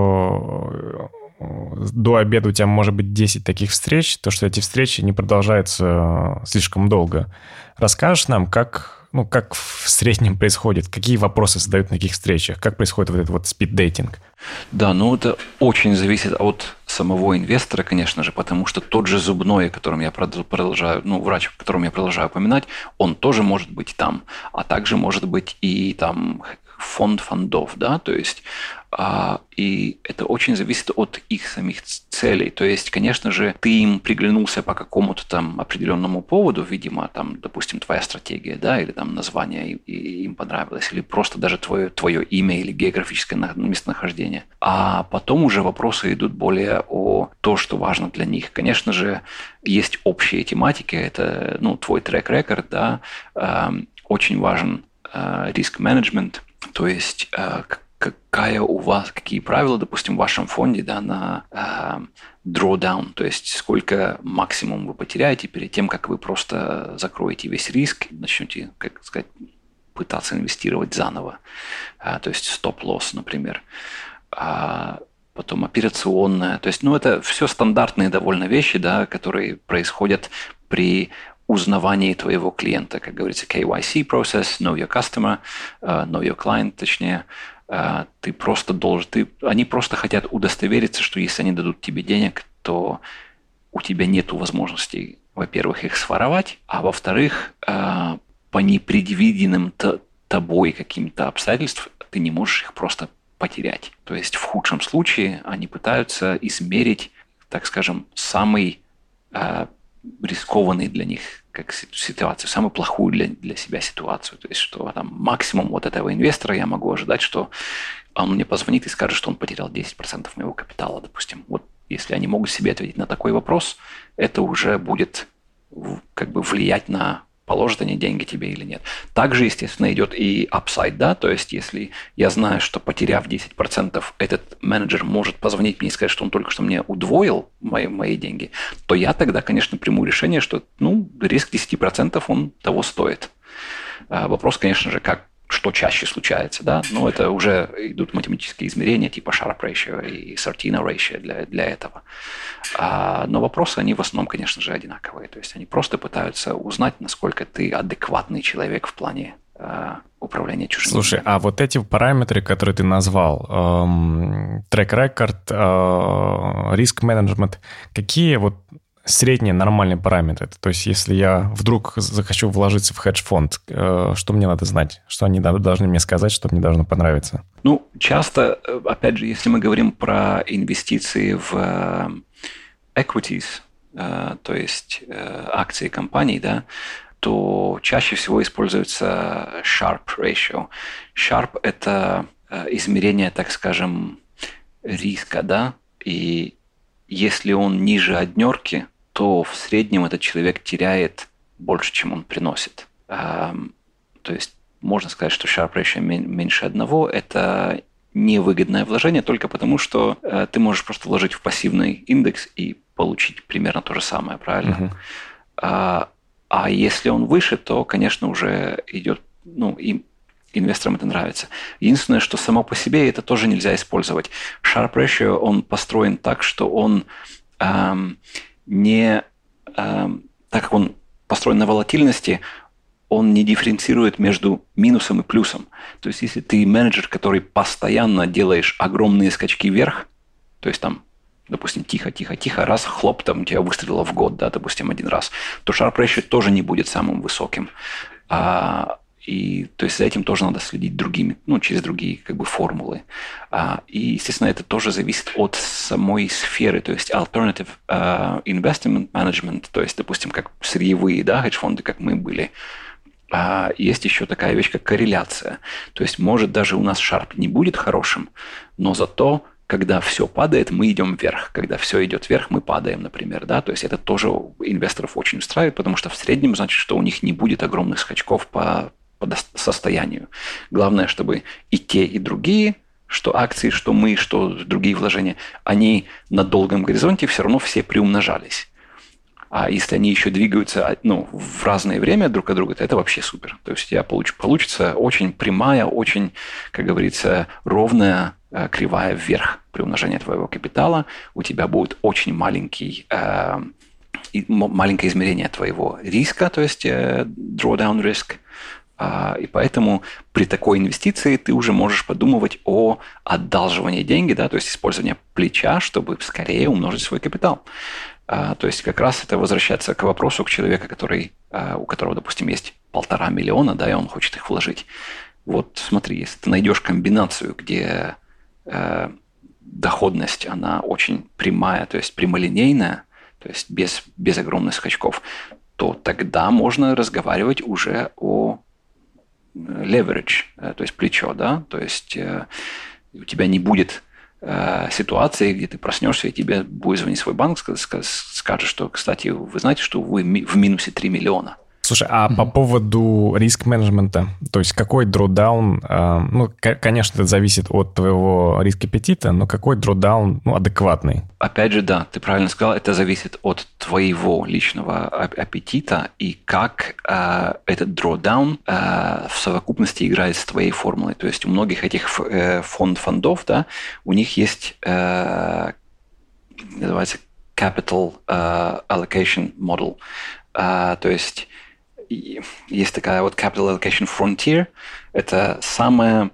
что до обеда у тебя может быть 10 таких встреч, то, что эти встречи не продолжаются слишком долго. Расскажешь нам, как в среднем происходит, какие вопросы задают на таких встречах, как происходит вот этот вот спид-дейтинг? Да, это очень зависит от самого инвестора, конечно же, потому что тот же зубной, которым я продолжаю, врач, о котором я продолжаю упоминать, он тоже может быть там, а также может быть и там фонд фондов, да, то есть и это очень зависит от их самих целей. То есть, конечно же, ты им приглянулся по какому-то там определенному поводу, видимо, там, допустим, твоя стратегия, да, или там название им понравилось, или просто даже твое имя или географическое местонахождение. А потом уже вопросы идут более о том, что важно для них. Конечно же, есть общие тематики, это, твой трек-рекорд, да, очень важен риск-менеджмент, то есть какие правила, допустим, в вашем фонде, да, на drawdown, то есть сколько максимум вы потеряете перед тем, как вы просто закроете весь риск, начнете, как сказать, пытаться инвестировать заново, то есть стоп-лосс, например. Потом операционная, то есть, это все стандартные довольно вещи, да, которые происходят при узнавании твоего клиента, как говорится, KYC process, know your customer, know your client, точнее. Они просто хотят удостовериться, что если они дадут тебе денег, то у тебя нет возможности, во-первых, их своровать, а во-вторых, по непредвиденным тобой каким-то обстоятельствам ты не можешь их просто потерять. То есть в худшем случае они пытаются измерить, так скажем, самый рискованный для них как ситуацию, самую плохую для себя ситуацию. То есть, что там максимум от этого инвестора я могу ожидать, что он мне позвонит и скажет, что он потерял 10% моего капитала, допустим. Вот если они могут себе ответить на такой вопрос, это уже будет как бы влиять на положат они деньги тебе или нет. Также, естественно, идет и upside, да, то есть если я знаю, что потеряв 10%, этот менеджер может позвонить мне и сказать, что он только что мне удвоил мои деньги, то я тогда, конечно, приму решение, что, риск 10% он того стоит. Вопрос, конечно же, что чаще случается, да, это уже идут математические измерения типа Sharpe ratio и Sortino ratio для этого. Но вопросы, они в основном, конечно же, одинаковые, то есть они просто пытаются узнать, насколько ты адекватный человек в плане управления чужими. Слушай, а вот эти параметры, которые ты назвал, трек-рекорд, риск-менеджмент, какие вот средние нормальные параметры? То есть, если я вдруг захочу вложиться в хедж-фонд, что мне надо знать? Что они должны мне сказать, что мне должно понравиться? Часто, опять же, если мы говорим про инвестиции в equities, то есть акции компаний, да, то чаще всего используется Sharpe ratio. Sharpe – это измерение, так скажем, риска, да, и если он ниже однерки, то в среднем этот человек теряет больше, чем он приносит. То есть можно сказать, что Sharpe ratio меньше 1 – это невыгодное вложение только потому, что ты можешь просто вложить в пассивный индекс и получить примерно то же самое, правильно? А если он выше, то, конечно, уже идет, и инвесторам это нравится. Единственное, что само по себе это тоже нельзя использовать. Sharpe ratio, он построен так, что он так как он построен на волатильности, он не дифференцирует между минусом и плюсом. То есть, если ты менеджер, который постоянно делаешь огромные скачки вверх, то есть там, допустим, тихо, раз, хлоп, там у тебя выстрелило в год, да, допустим, 1 раз, то Sharpe ratio тоже не будет самым высоким. И то есть за этим тоже надо следить через другие как бы формулы. И, естественно, это тоже зависит от самой сферы, то есть alternative investment management, то есть, допустим, как сырьевые, да, хедж-фонды, как мы были. Есть еще такая вещь, как корреляция. То есть, может, даже у нас Sharpe не будет хорошим, но зато, когда все падает, мы идем вверх. Когда все идет вверх, мы падаем, например. Да? То есть, это тоже инвесторов очень устраивает, потому что в среднем значит, что у них не будет огромных скачков по состоянию. Главное, чтобы и те, и другие, что акции, что мы, что другие вложения, они на долгом горизонте все равно все приумножались. А если они еще двигаются в разное время друг от друга, то это вообще супер. То есть у тебя получится очень прямая, очень, как говорится, ровная кривая вверх при умножении твоего капитала. У тебя будет очень маленькое измерение твоего риска, то есть drawdown risk. И поэтому при такой инвестиции ты уже можешь подумывать о одалживании денег, да, то есть использовании плеча, чтобы скорее умножить свой капитал. То есть как раз это возвращается к вопросу к человеку, у которого, допустим, есть 1,5 миллиона, да, и он хочет их вложить. Вот смотри, если ты найдешь комбинацию, где доходность, она очень прямая, то есть прямолинейная, то есть без огромных скачков, то тогда можно разговаривать уже о leverage, то есть плечо, да, то есть у тебя не будет ситуации, где ты проснешься, и тебе будет звонить свой банк, скажет, что, кстати, вы знаете, что вы в минусе 3 миллиона. Слушай, а по поводу риск-менеджмента, то есть какой drawdown, конечно, это зависит от твоего риск-аппетита, но какой drawdown адекватный? Опять же, да, ты правильно сказал, это зависит от твоего личного аппетита и как этот drawdown в совокупности играет с твоей формулой. То есть у многих этих фондов, да, у них есть, называется capital allocation model, то есть есть такая вот Capital Allocation Frontier. Это самое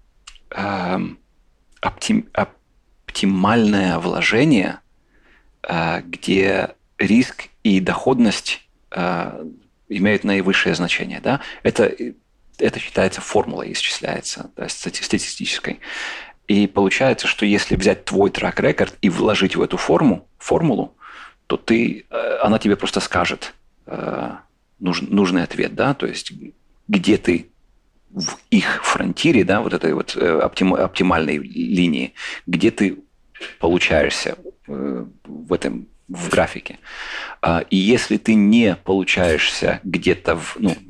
оптимальное вложение, где риск и доходность имеют наивысшее значение. Да? Это считается формулой, исчисляется, то есть статистической. И получается, что если взять твой трек-рекорд и вложить в эту формулу, то она тебе просто скажет нужный ответ, да, то есть где ты в их фронтире, да, вот этой вот оптимальной линии, где ты получаешься в графике. И если ты не получаешься где-то,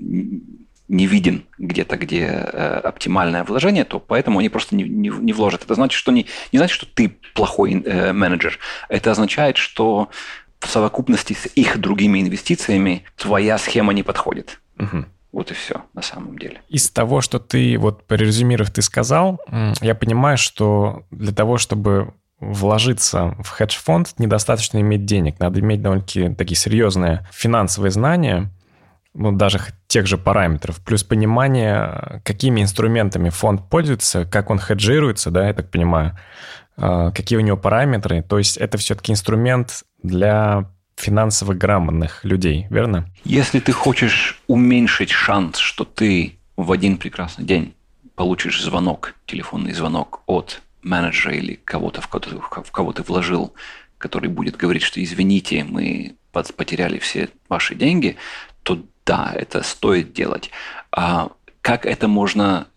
не виден где-то, где оптимальное вложение, то поэтому они просто не вложат. Это значит, что не значит, что ты плохой менеджер. Это означает, что в совокупности с их другими инвестициями твоя схема не подходит. Угу. Вот и все на самом деле. Из того, что ты, порезюмировав, ты сказал, я понимаю, что для того, чтобы вложиться в хедж-фонд, недостаточно иметь денег. Надо иметь довольно-таки такие серьезные финансовые знания, даже тех же параметров, плюс понимание, какими инструментами фонд пользуется, как он хеджируется, да, я так понимаю, какие у него параметры. То есть это все-таки инструмент для финансово грамотных людей, верно? Если ты хочешь уменьшить шанс, что ты в один прекрасный день получишь телефонный звонок от менеджера или кого-то, в кого ты вложил, который будет говорить, что извините, мы потеряли все ваши деньги, то да, это стоит делать. Как это можно,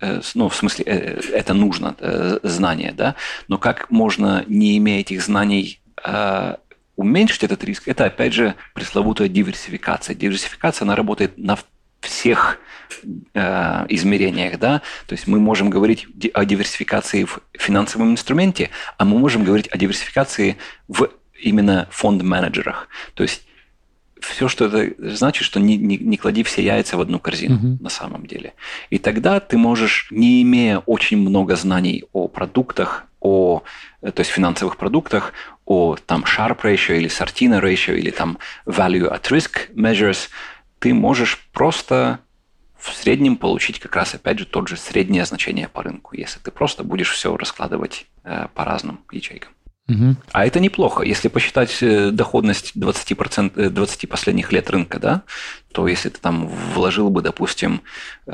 это нужно, знание, да, но как можно, не имея этих знаний, уменьшить этот риск, это, опять же, пресловутая диверсификация. Диверсификация, она работает на всех измерениях, да, то есть мы можем говорить о диверсификации в финансовом инструменте, а мы можем говорить о диверсификации в именно фонд-менеджерах, то есть все, что это значит, что не клади все яйца в одну корзину на самом деле. И тогда ты можешь, не имея очень много знаний о продуктах, то есть финансовых продуктах, о там Sharpe ratio или Sortino ratio или там value at risk measures, ты можешь просто в среднем получить как раз, опять же, тот же среднее значение по рынку, если ты просто будешь все раскладывать по разным ячейкам. А это неплохо. Если посчитать доходность 20%, 20 последних лет рынка, да, то если ты там вложил бы, допустим,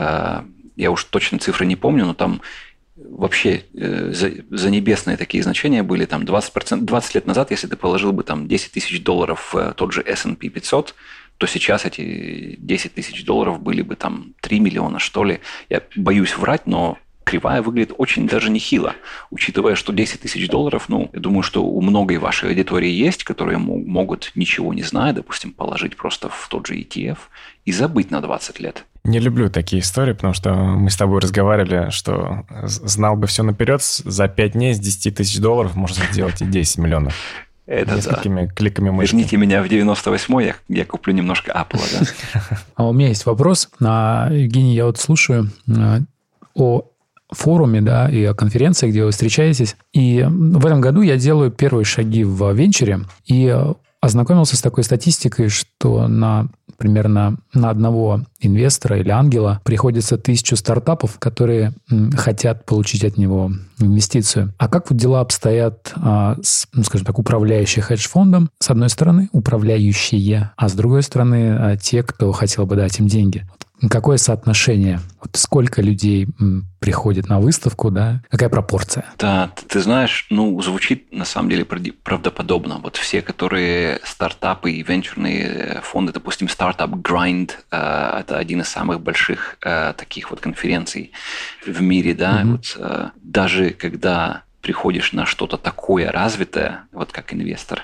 я уж точно цифры не помню, но там вообще занебесные такие значения были, там 20 лет назад, если ты положил бы там $10 тысяч в тот же S&P 500, то сейчас эти $10 тысяч были бы там 3 миллиона, что ли. Я боюсь врать, но кривая выглядит очень даже нехило, учитывая, что $10 тысяч, я думаю, что у многой вашей аудитории есть, которые могут, ничего не зная, допустим, положить просто в тот же ETF и забыть на 20 лет. Не люблю такие истории, потому что мы с тобой разговаривали, что знал бы все наперед, за 5 дней с $10 тысяч можно сделать и 10 миллионов. Это несколькими кликами мышки. Верните меня в 98-й, я куплю немножко Apple, да? А у меня есть вопрос. Евгений, я слушаю о форуме, да, и о конференции, где вы встречаетесь. И в этом году я делаю первые шаги в венчуре и ознакомился с такой статистикой, что примерно на одного инвестора или ангела приходится 1000 стартапов, которые хотят получить от него инвестицию. А как дела обстоят скажем так, управляющие хедж-фондом, с одной стороны, управляющие, а с другой стороны, те, кто хотел бы дать им деньги? Какое соотношение? Сколько людей приходит на выставку, да? Какая пропорция? Да, ты знаешь, звучит на самом деле правдоподобно. Все, которые стартапы и венчурные фонды, допустим, Startup Grind, это один из самых больших таких конференций в мире, да? Даже когда приходишь на что-то такое развитое, как инвестор,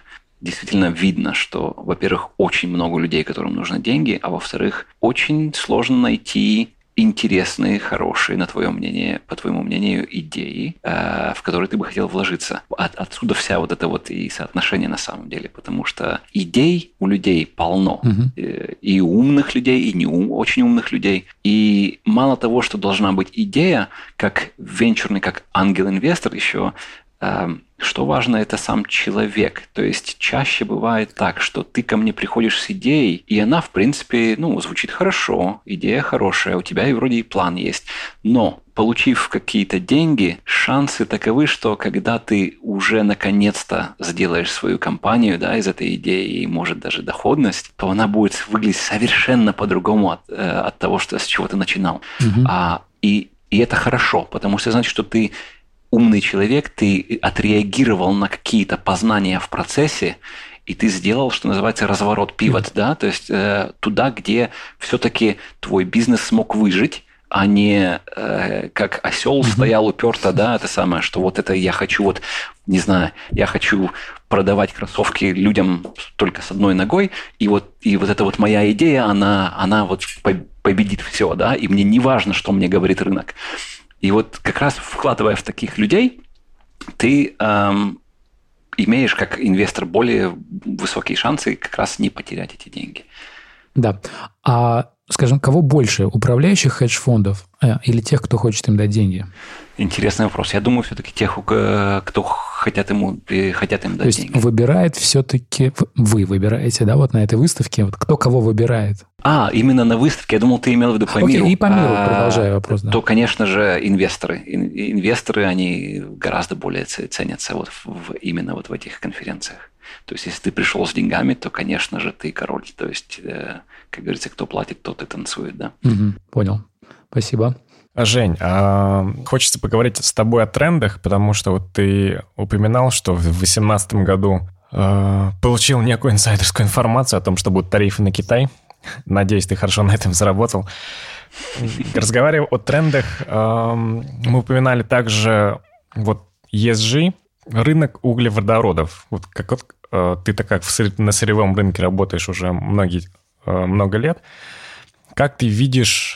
действительно видно, что, во-первых, очень много людей, которым нужны деньги, а во-вторых, очень сложно найти интересные, хорошие, по твоему мнению, идеи, в которые ты бы хотел вложиться. Отсюда вся вот это вот и соотношение на самом деле, потому что идей у людей полно. И у умных людей, и не очень умных людей. И мало того, что должна быть идея, как венчурный, как ангел-инвестор еще, что важно, это сам человек. То есть чаще бывает так, что ты ко мне приходишь с идеей, и она, в принципе, звучит хорошо, идея хорошая, у тебя и вроде и план есть. Но, получив какие-то деньги, шансы таковы, что когда ты уже наконец-то сделаешь свою компанию, да, из этой идеи, и может даже доходность, то она будет выглядеть совершенно по-другому от того, с чего ты начинал. И это хорошо, потому что значит, что ты умный человек, ты отреагировал на какие-то познания в процессе, и ты сделал, что называется, разворот, пивот, да, то есть туда, где все-таки твой бизнес смог выжить, а не как осел стоял уперто, да, это самое, что вот это я хочу, я хочу продавать кроссовки людям только с одной ногой, и вот эта вот моя идея, она вот победит все, да, и мне не важно, что мне говорит рынок. И вот как раз вкладывая в таких людей, ты имеешь как инвестор более высокие шансы как раз не потерять эти деньги. Да. А, скажем, кого больше, управляющих хедж-фондов или тех, кто хочет им дать деньги? Интересный вопрос. Я думаю, все-таки тех, кто хотят им дать деньги. То есть выбирает все-таки... Вы выбираете, да, вот на этой выставке? Вот кто кого выбирает? Именно на выставке. Я думал, ты имел в виду по миру. И по миру, продолжаю вопрос. Да. То, конечно же, инвесторы. Инвесторы, они гораздо более ценятся именно в этих конференциях. То есть, если ты пришел с деньгами, то, конечно же, ты король. То есть, как говорится, кто платит, тот и танцует, да. Понял. Спасибо. Жень, хочется поговорить с тобой о трендах, потому что вот ты упоминал, что в 2018 году получил некую инсайдерскую информацию о том, что будут тарифы на Китай. Надеюсь, ты хорошо на этом заработал. Разговаривая о трендах, мы упоминали также ESG, рынок углеводородов. Вот ты-то как на сырьевом рынке работаешь уже много лет. Как ты видишь,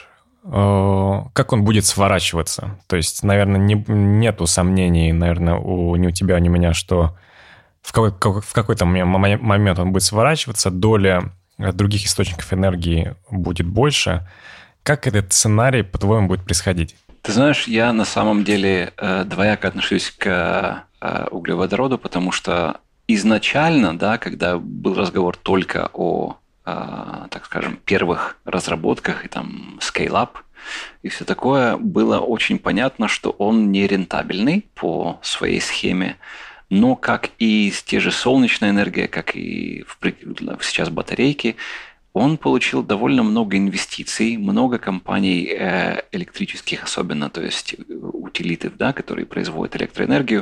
как он будет сворачиваться? То есть, наверное, нету сомнений, наверное, ни у тебя, ни у меня, что в какой-то момент он будет сворачиваться, доля других источников энергии будет больше. Как этот сценарий, по-твоему, будет происходить? Ты знаешь, я на самом деле двояко отношусь к углеводороду, потому что изначально, да, когда был разговор только о, так скажем, первых разработках и там scale-up и все такое, было очень понятно, что он не рентабельный по своей схеме, но как и те же солнечная энергия, как и сейчас батарейки, он получил довольно много инвестиций, много компаний электрических особенно, то есть утилитов, да, которые производят электроэнергию,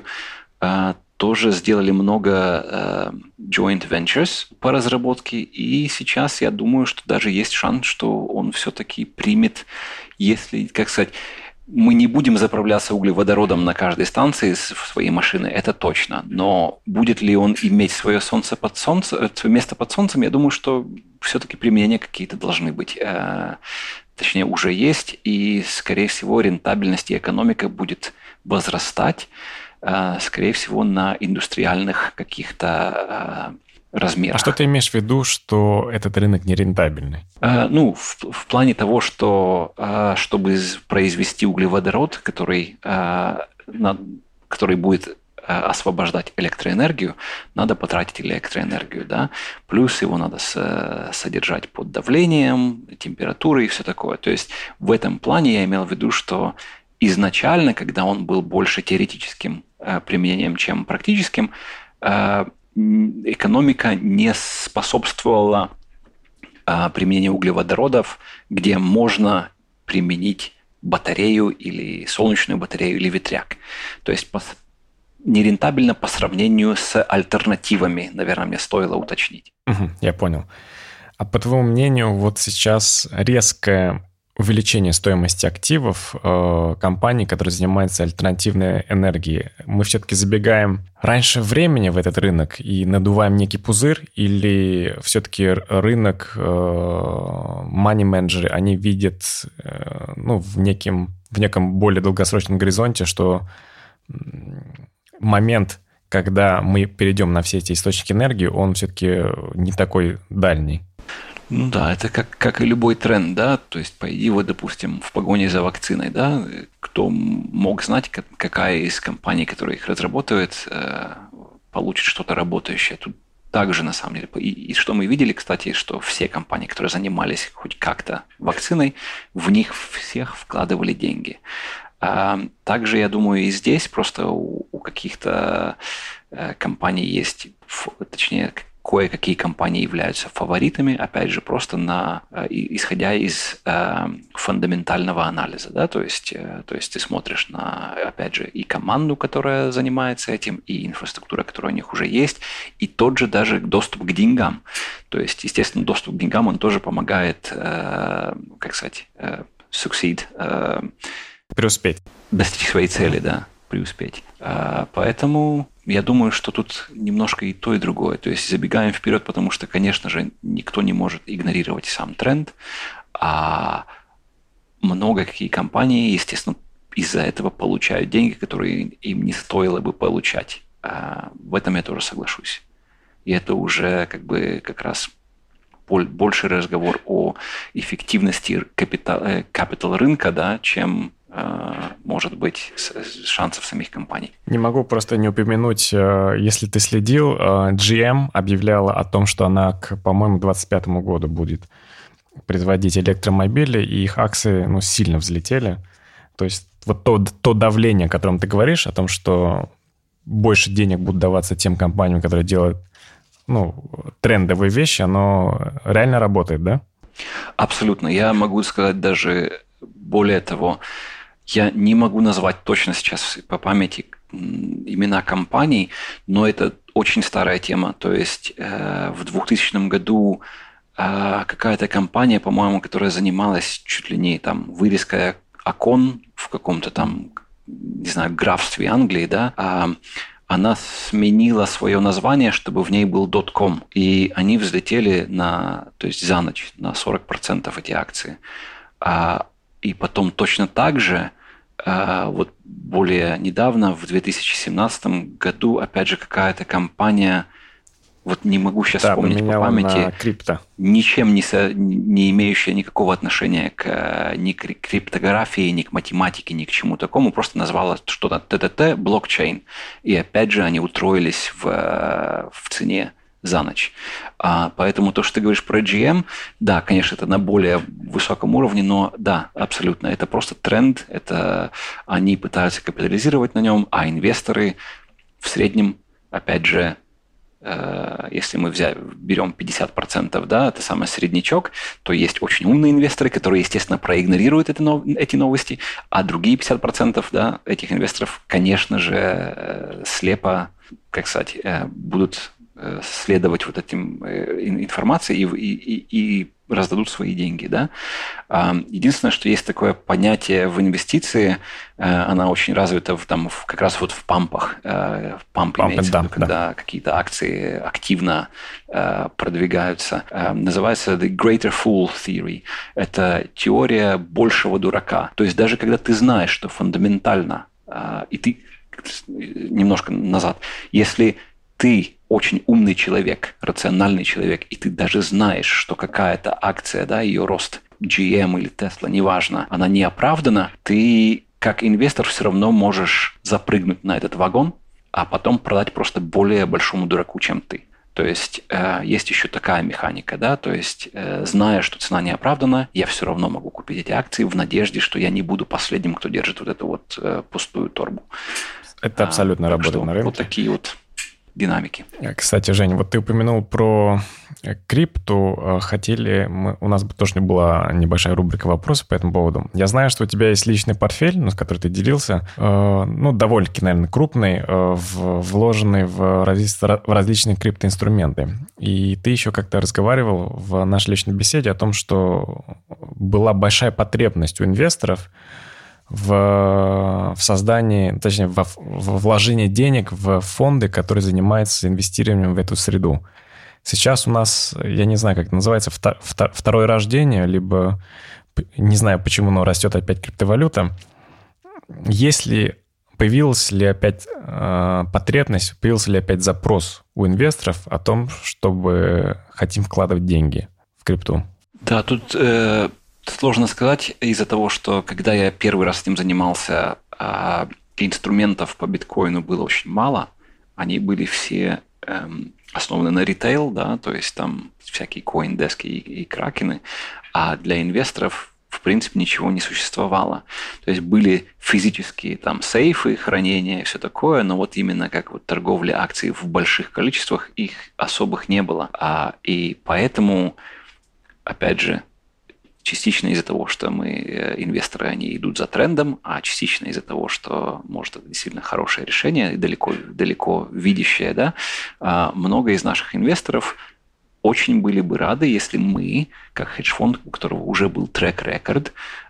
тоже сделали много joint ventures по разработке, и сейчас я думаю, что даже есть шанс, что он все-таки примет, если, как сказать, мы не будем заправляться углеводородом на каждой станции в своей машины, это точно. Но будет ли он иметь свое место под солнцем, я думаю, что все-таки применения какие-то должны быть. Точнее, уже есть, и, скорее всего, рентабельность и экономика будет возрастать, скорее всего, на индустриальных каких-то размерах. А что ты имеешь в виду, что этот рынок нерентабельный? В плане того, что чтобы произвести углеводород, который будет освобождать электроэнергию, надо потратить электроэнергию, да, плюс его надо содержать под давлением, температурой и все такое. То есть в этом плане я имел в виду, что изначально, когда он был больше теоретическим применением, чем практическим, экономика не способствовала применению углеводородов, где можно применить батарею или солнечную батарею или ветряк. То есть нерентабельно по сравнению с альтернативами, наверное, мне стоило уточнить. Я понял. А по твоему мнению, вот сейчас резкое увеличение стоимости активов компаний, которые занимаются альтернативной энергией. Мы все-таки забегаем раньше времени в этот рынок и надуваем некий пузырь, или все-таки рынок, money-менеджеры, они видят в неком более долгосрочном горизонте, что момент, когда мы перейдем на все эти источники энергии, он все-таки не такой дальний. Ну да, это как и любой тренд, да, то есть, по идее, вот, допустим, в погоне за вакциной, да, кто мог знать, какая из компаний, которые их разработают, получит что-то работающее. Тут также, на самом деле, и что мы видели, кстати, что все компании, которые занимались хоть как-то вакциной, в них всех вкладывали деньги. Также, я думаю, и здесь просто у каких-то компаний есть, точнее, кое-какие компании являются фаворитами, опять же, просто исходя из фундаментального анализа. Да? То есть ты смотришь на, опять же, и команду, которая занимается этим, и инфраструктура, которая у них уже есть, и тот же даже доступ к деньгам. То есть, естественно, доступ к деньгам, он тоже помогает, succeed. Преуспеть. Достичь своей цели, да, преуспеть. Поэтому я думаю, что тут немножко и то, и другое. То есть забегаем вперед, потому что, конечно же, никто не может игнорировать сам тренд, а много какие компании, естественно, из-за этого получают деньги, которые им не стоило бы получать. В этом я тоже соглашусь. И это уже как раз больше разговор о эффективности капитал рынка, да, чем может быть шансов самих компаний. Не могу просто не упомянуть, если ты следил, GM объявляла о том, что она по-моему, к 2025 году будет производить электромобили, и их акции сильно взлетели. То есть вот то давление, о котором ты говоришь, о том, что больше денег будут даваться тем компаниям, которые делают трендовые вещи, оно реально работает, да? Абсолютно. Я могу сказать даже более того, я не могу назвать точно сейчас по памяти имена компаний, но это очень старая тема. То есть в 2000 году какая-то компания, по-моему, которая занималась чуть ли не там вырезкой окон в каком-то там, не знаю, графстве Англии, да, она сменила свое название, чтобы в ней был .com, и они взлетели за ночь на 40% эти акции. И потом точно так же, вот более недавно, в 2017 году, опять же, какая-то компания, вот не могу сейчас вспомнить по памяти, ничем не имеющая никакого отношения ни к криптографии, ни к математике, ни к чему такому, просто назвала что-то ТТТ, блокчейн. И опять же они утроились в цене за ночь. Поэтому то, что ты говоришь про GM, да, конечно, это на более высоком уровне, но да, абсолютно, это просто тренд, это они пытаются капитализировать на нем, а инвесторы в среднем, опять же, если мы берем 50%, да, это самый среднячок, то есть очень умные инвесторы, которые, естественно, проигнорируют эти новости, а другие 50%, да, этих инвесторов, конечно же, слепо, будут следовать вот этим информации и раздадут свои деньги, да. Единственное, что есть такое понятие в инвестиции, она очень развита как раз вот в пампах. Памп имеется в виду, когда какие-то акции активно продвигаются. Называется The Greater Fool Theory. Это теория большего дурака. То есть даже когда ты знаешь, что фундаментально, и ты немножко назад, если ты очень умный человек, рациональный человек, и ты даже знаешь, что какая-то акция, да, ее рост, GM или Tesla, неважно, она не оправдана, ты как инвестор все равно можешь запрыгнуть на этот вагон, а потом продать просто более большому дураку, чем ты. То есть есть еще такая механика, да, то есть зная, что цена не оправдана, я все равно могу купить эти акции в надежде, что я не буду последним, кто держит вот эту вот пустую торбу. Это абсолютно работает на рынке. Вот такие вот динамики. Кстати, Жень, вот ты упомянул про крипту. У нас тоже была небольшая рубрика вопросов по этому поводу. Я знаю, что у тебя есть личный портфель, с которым ты делился, довольно-таки, наверное, крупный, вложенный в различные криптоинструменты. И ты еще как-то разговаривал в нашей личной беседе о том, что была большая потребность у инвесторов в создании, точнее, во вложении денег в фонды, которые занимаются инвестированием в эту среду. Сейчас у нас, я не знаю, как это называется, второе рождение, либо, не знаю почему, но растет опять криптовалюта. Появилась ли опять потребность, появился ли опять запрос у инвесторов о том, чтобы хотим вкладывать деньги в крипту? Да, тут сложно сказать из-за того, что когда я первый раз этим занимался, инструментов по биткоину было очень мало. Они были все основаны на ритейл, да, то есть там всякие CoinDesk и кракены, а для инвесторов в принципе ничего не существовало. То есть были физические там сейфы, хранения и все такое, но вот именно как вот торговля акций в больших количествах их особых не было. И поэтому, опять же, частично из-за того, что инвесторы, они идут за трендом, а частично из-за того, что, может, это действительно хорошее решение, далеко видящее, да, много из наших инвесторов очень были бы рады, если мы, как хедж-фонд, у которого уже был трек-рекорд,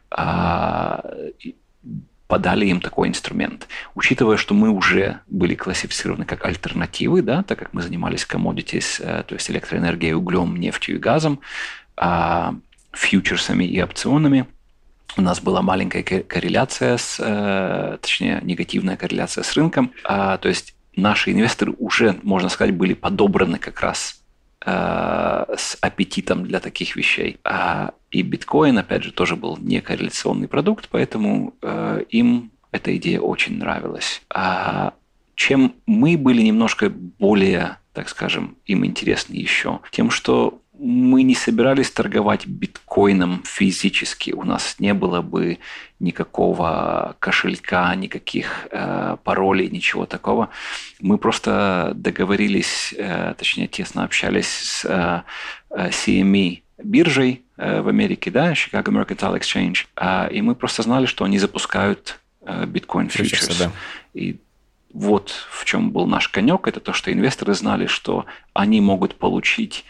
подали им такой инструмент. Учитывая, что мы уже были классифицированы как альтернативы, да, так как мы занимались commodities, то есть электроэнергией, углем, нефтью и газом, фьючерсами и опционами. У нас была маленькая корреляция, точнее, негативная корреляция с рынком. То есть наши инвесторы уже, можно сказать, были подобраны как раз с аппетитом для таких вещей. И биткоин, опять же, тоже был некорреляционный продукт, поэтому им эта идея очень нравилась. Чем мы были немножко более, так скажем, им интересны еще? Тем, что мы не собирались торговать биткоином физически. У нас не было бы никакого кошелька, никаких паролей, ничего такого. Мы просто договорились, точнее, тесно общались с CME биржей в Америке, да, Chicago Mercantile Exchange, и мы просто знали, что они запускают биткоин фьючерс. Да. И вот в чем был наш конек, это то, что инвесторы знали, что они могут получить,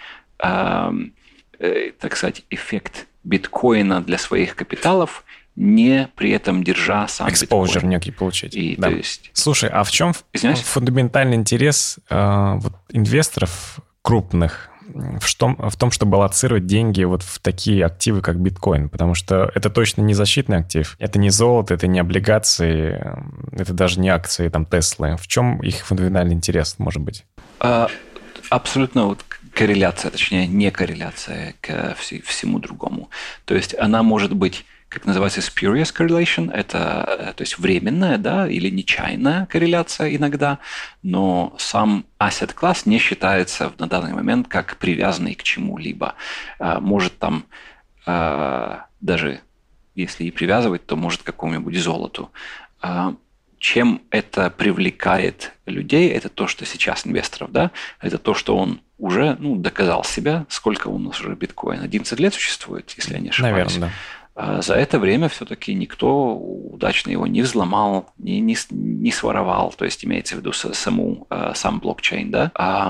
так сказать, эффект биткоина для своих капиталов, не при этом держа сам экспозер биткоин. Некий получить. И, да. То есть... Слушай, а в чем фундаментальный интерес инвесторов крупных в том, чтобы аллоцировать деньги вот в такие активы, как биткоин? Потому что это точно не защитный актив. Это не золото, это не облигации, это даже не акции там Теслы. В чем их фундаментальный интерес, может быть? Абсолютно вот корреляция, точнее, не корреляция к всему другому. То есть она может быть, как называется, spurious correlation, это, то есть временная, да, или нечаянная корреляция иногда, но сам asset class не считается на данный момент как привязанный к чему-либо. Может там, даже если и привязывать, то может к какому-нибудь золоту. Чем это привлекает людей, это то, что сейчас инвесторов, да, это то, что он уже доказал себя, сколько у нас уже биткоин, 11 лет существует, если я не ошибаюсь. Наверное, да. За это время все-таки никто удачно его не взломал, не своровал, то есть имеется в виду сам блокчейн, да.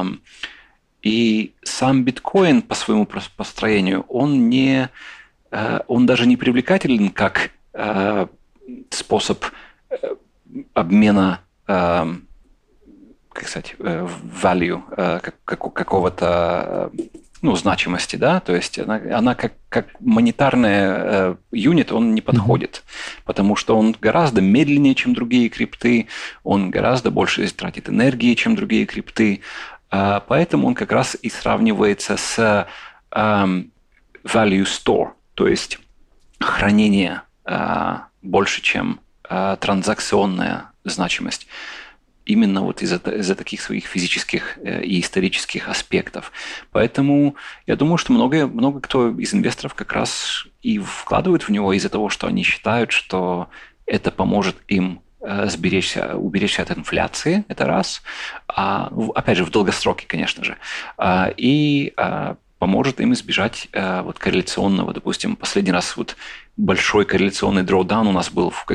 И сам биткоин по своему построению, он даже не привлекателен как способ обмена, как сказать, value, какого-то, значимости, да, то есть она как монетарная юнит, он не подходит, потому что он гораздо медленнее, чем другие крипты, он гораздо больше тратит энергии, чем другие крипты, поэтому он как раз и сравнивается с value store, то есть хранение больше, чем транзакционная значимость. Именно вот из-за таких своих физических и исторических аспектов. Поэтому я думаю, что много кто из инвесторов как раз и вкладывают в него из-за того, что они считают, что это поможет им уберечься от инфляции, это раз. Опять же, в долгосроке, конечно же. И поможет им избежать вот корреляционного, допустим, последний раз вот большой корреляционный дrawdown у нас был в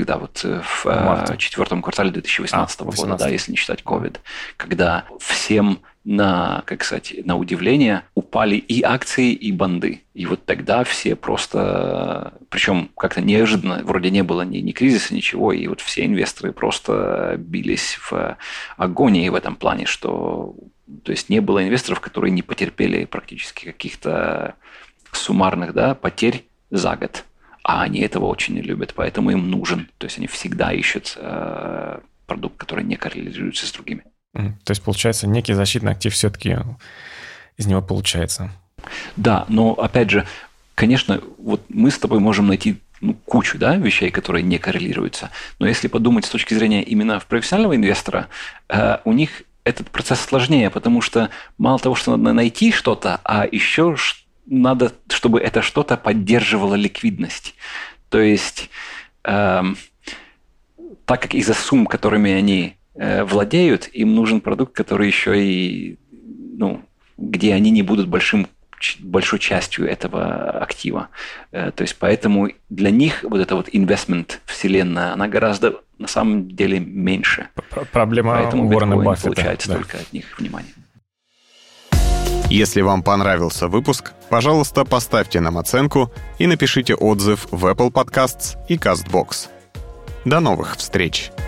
4 квартале 2018 года, да, если не считать COVID, когда всем на удивление упали и акции, и бонды. И вот тогда все просто, причем как-то неожиданно, вроде не было ни кризиса, ничего, и вот все инвесторы просто бились в агонии в этом плане, что, то есть не было инвесторов, которые не потерпели практически каких-то суммарных, да, потерь за год. А они этого очень не любят, поэтому им нужен. То есть они всегда ищут продукт, который не коррелируется с другими. То есть, получается, некий защитный актив все-таки из него получается. Да, но, опять же, конечно, вот мы с тобой можем найти кучу, да, вещей, которые не коррелируются. Но если подумать с точки зрения именно профессионального инвестора, у них этот процесс сложнее, потому что мало того, что надо найти что-то, а еще надо, чтобы это что-то поддерживало ликвидность. То есть, так как из-за сумм, которыми они владеют, им нужен продукт, который еще и, где они не будут большой частью этого актива. То есть, поэтому для них вот эта вот investment вселенная, она гораздо на самом деле меньше. Проблема поэтому Уоррена биткоин Баффета получает столько от них внимания. Если вам понравился выпуск, пожалуйста, поставьте нам оценку и напишите отзыв в Apple Podcasts и CastBox. До новых встреч!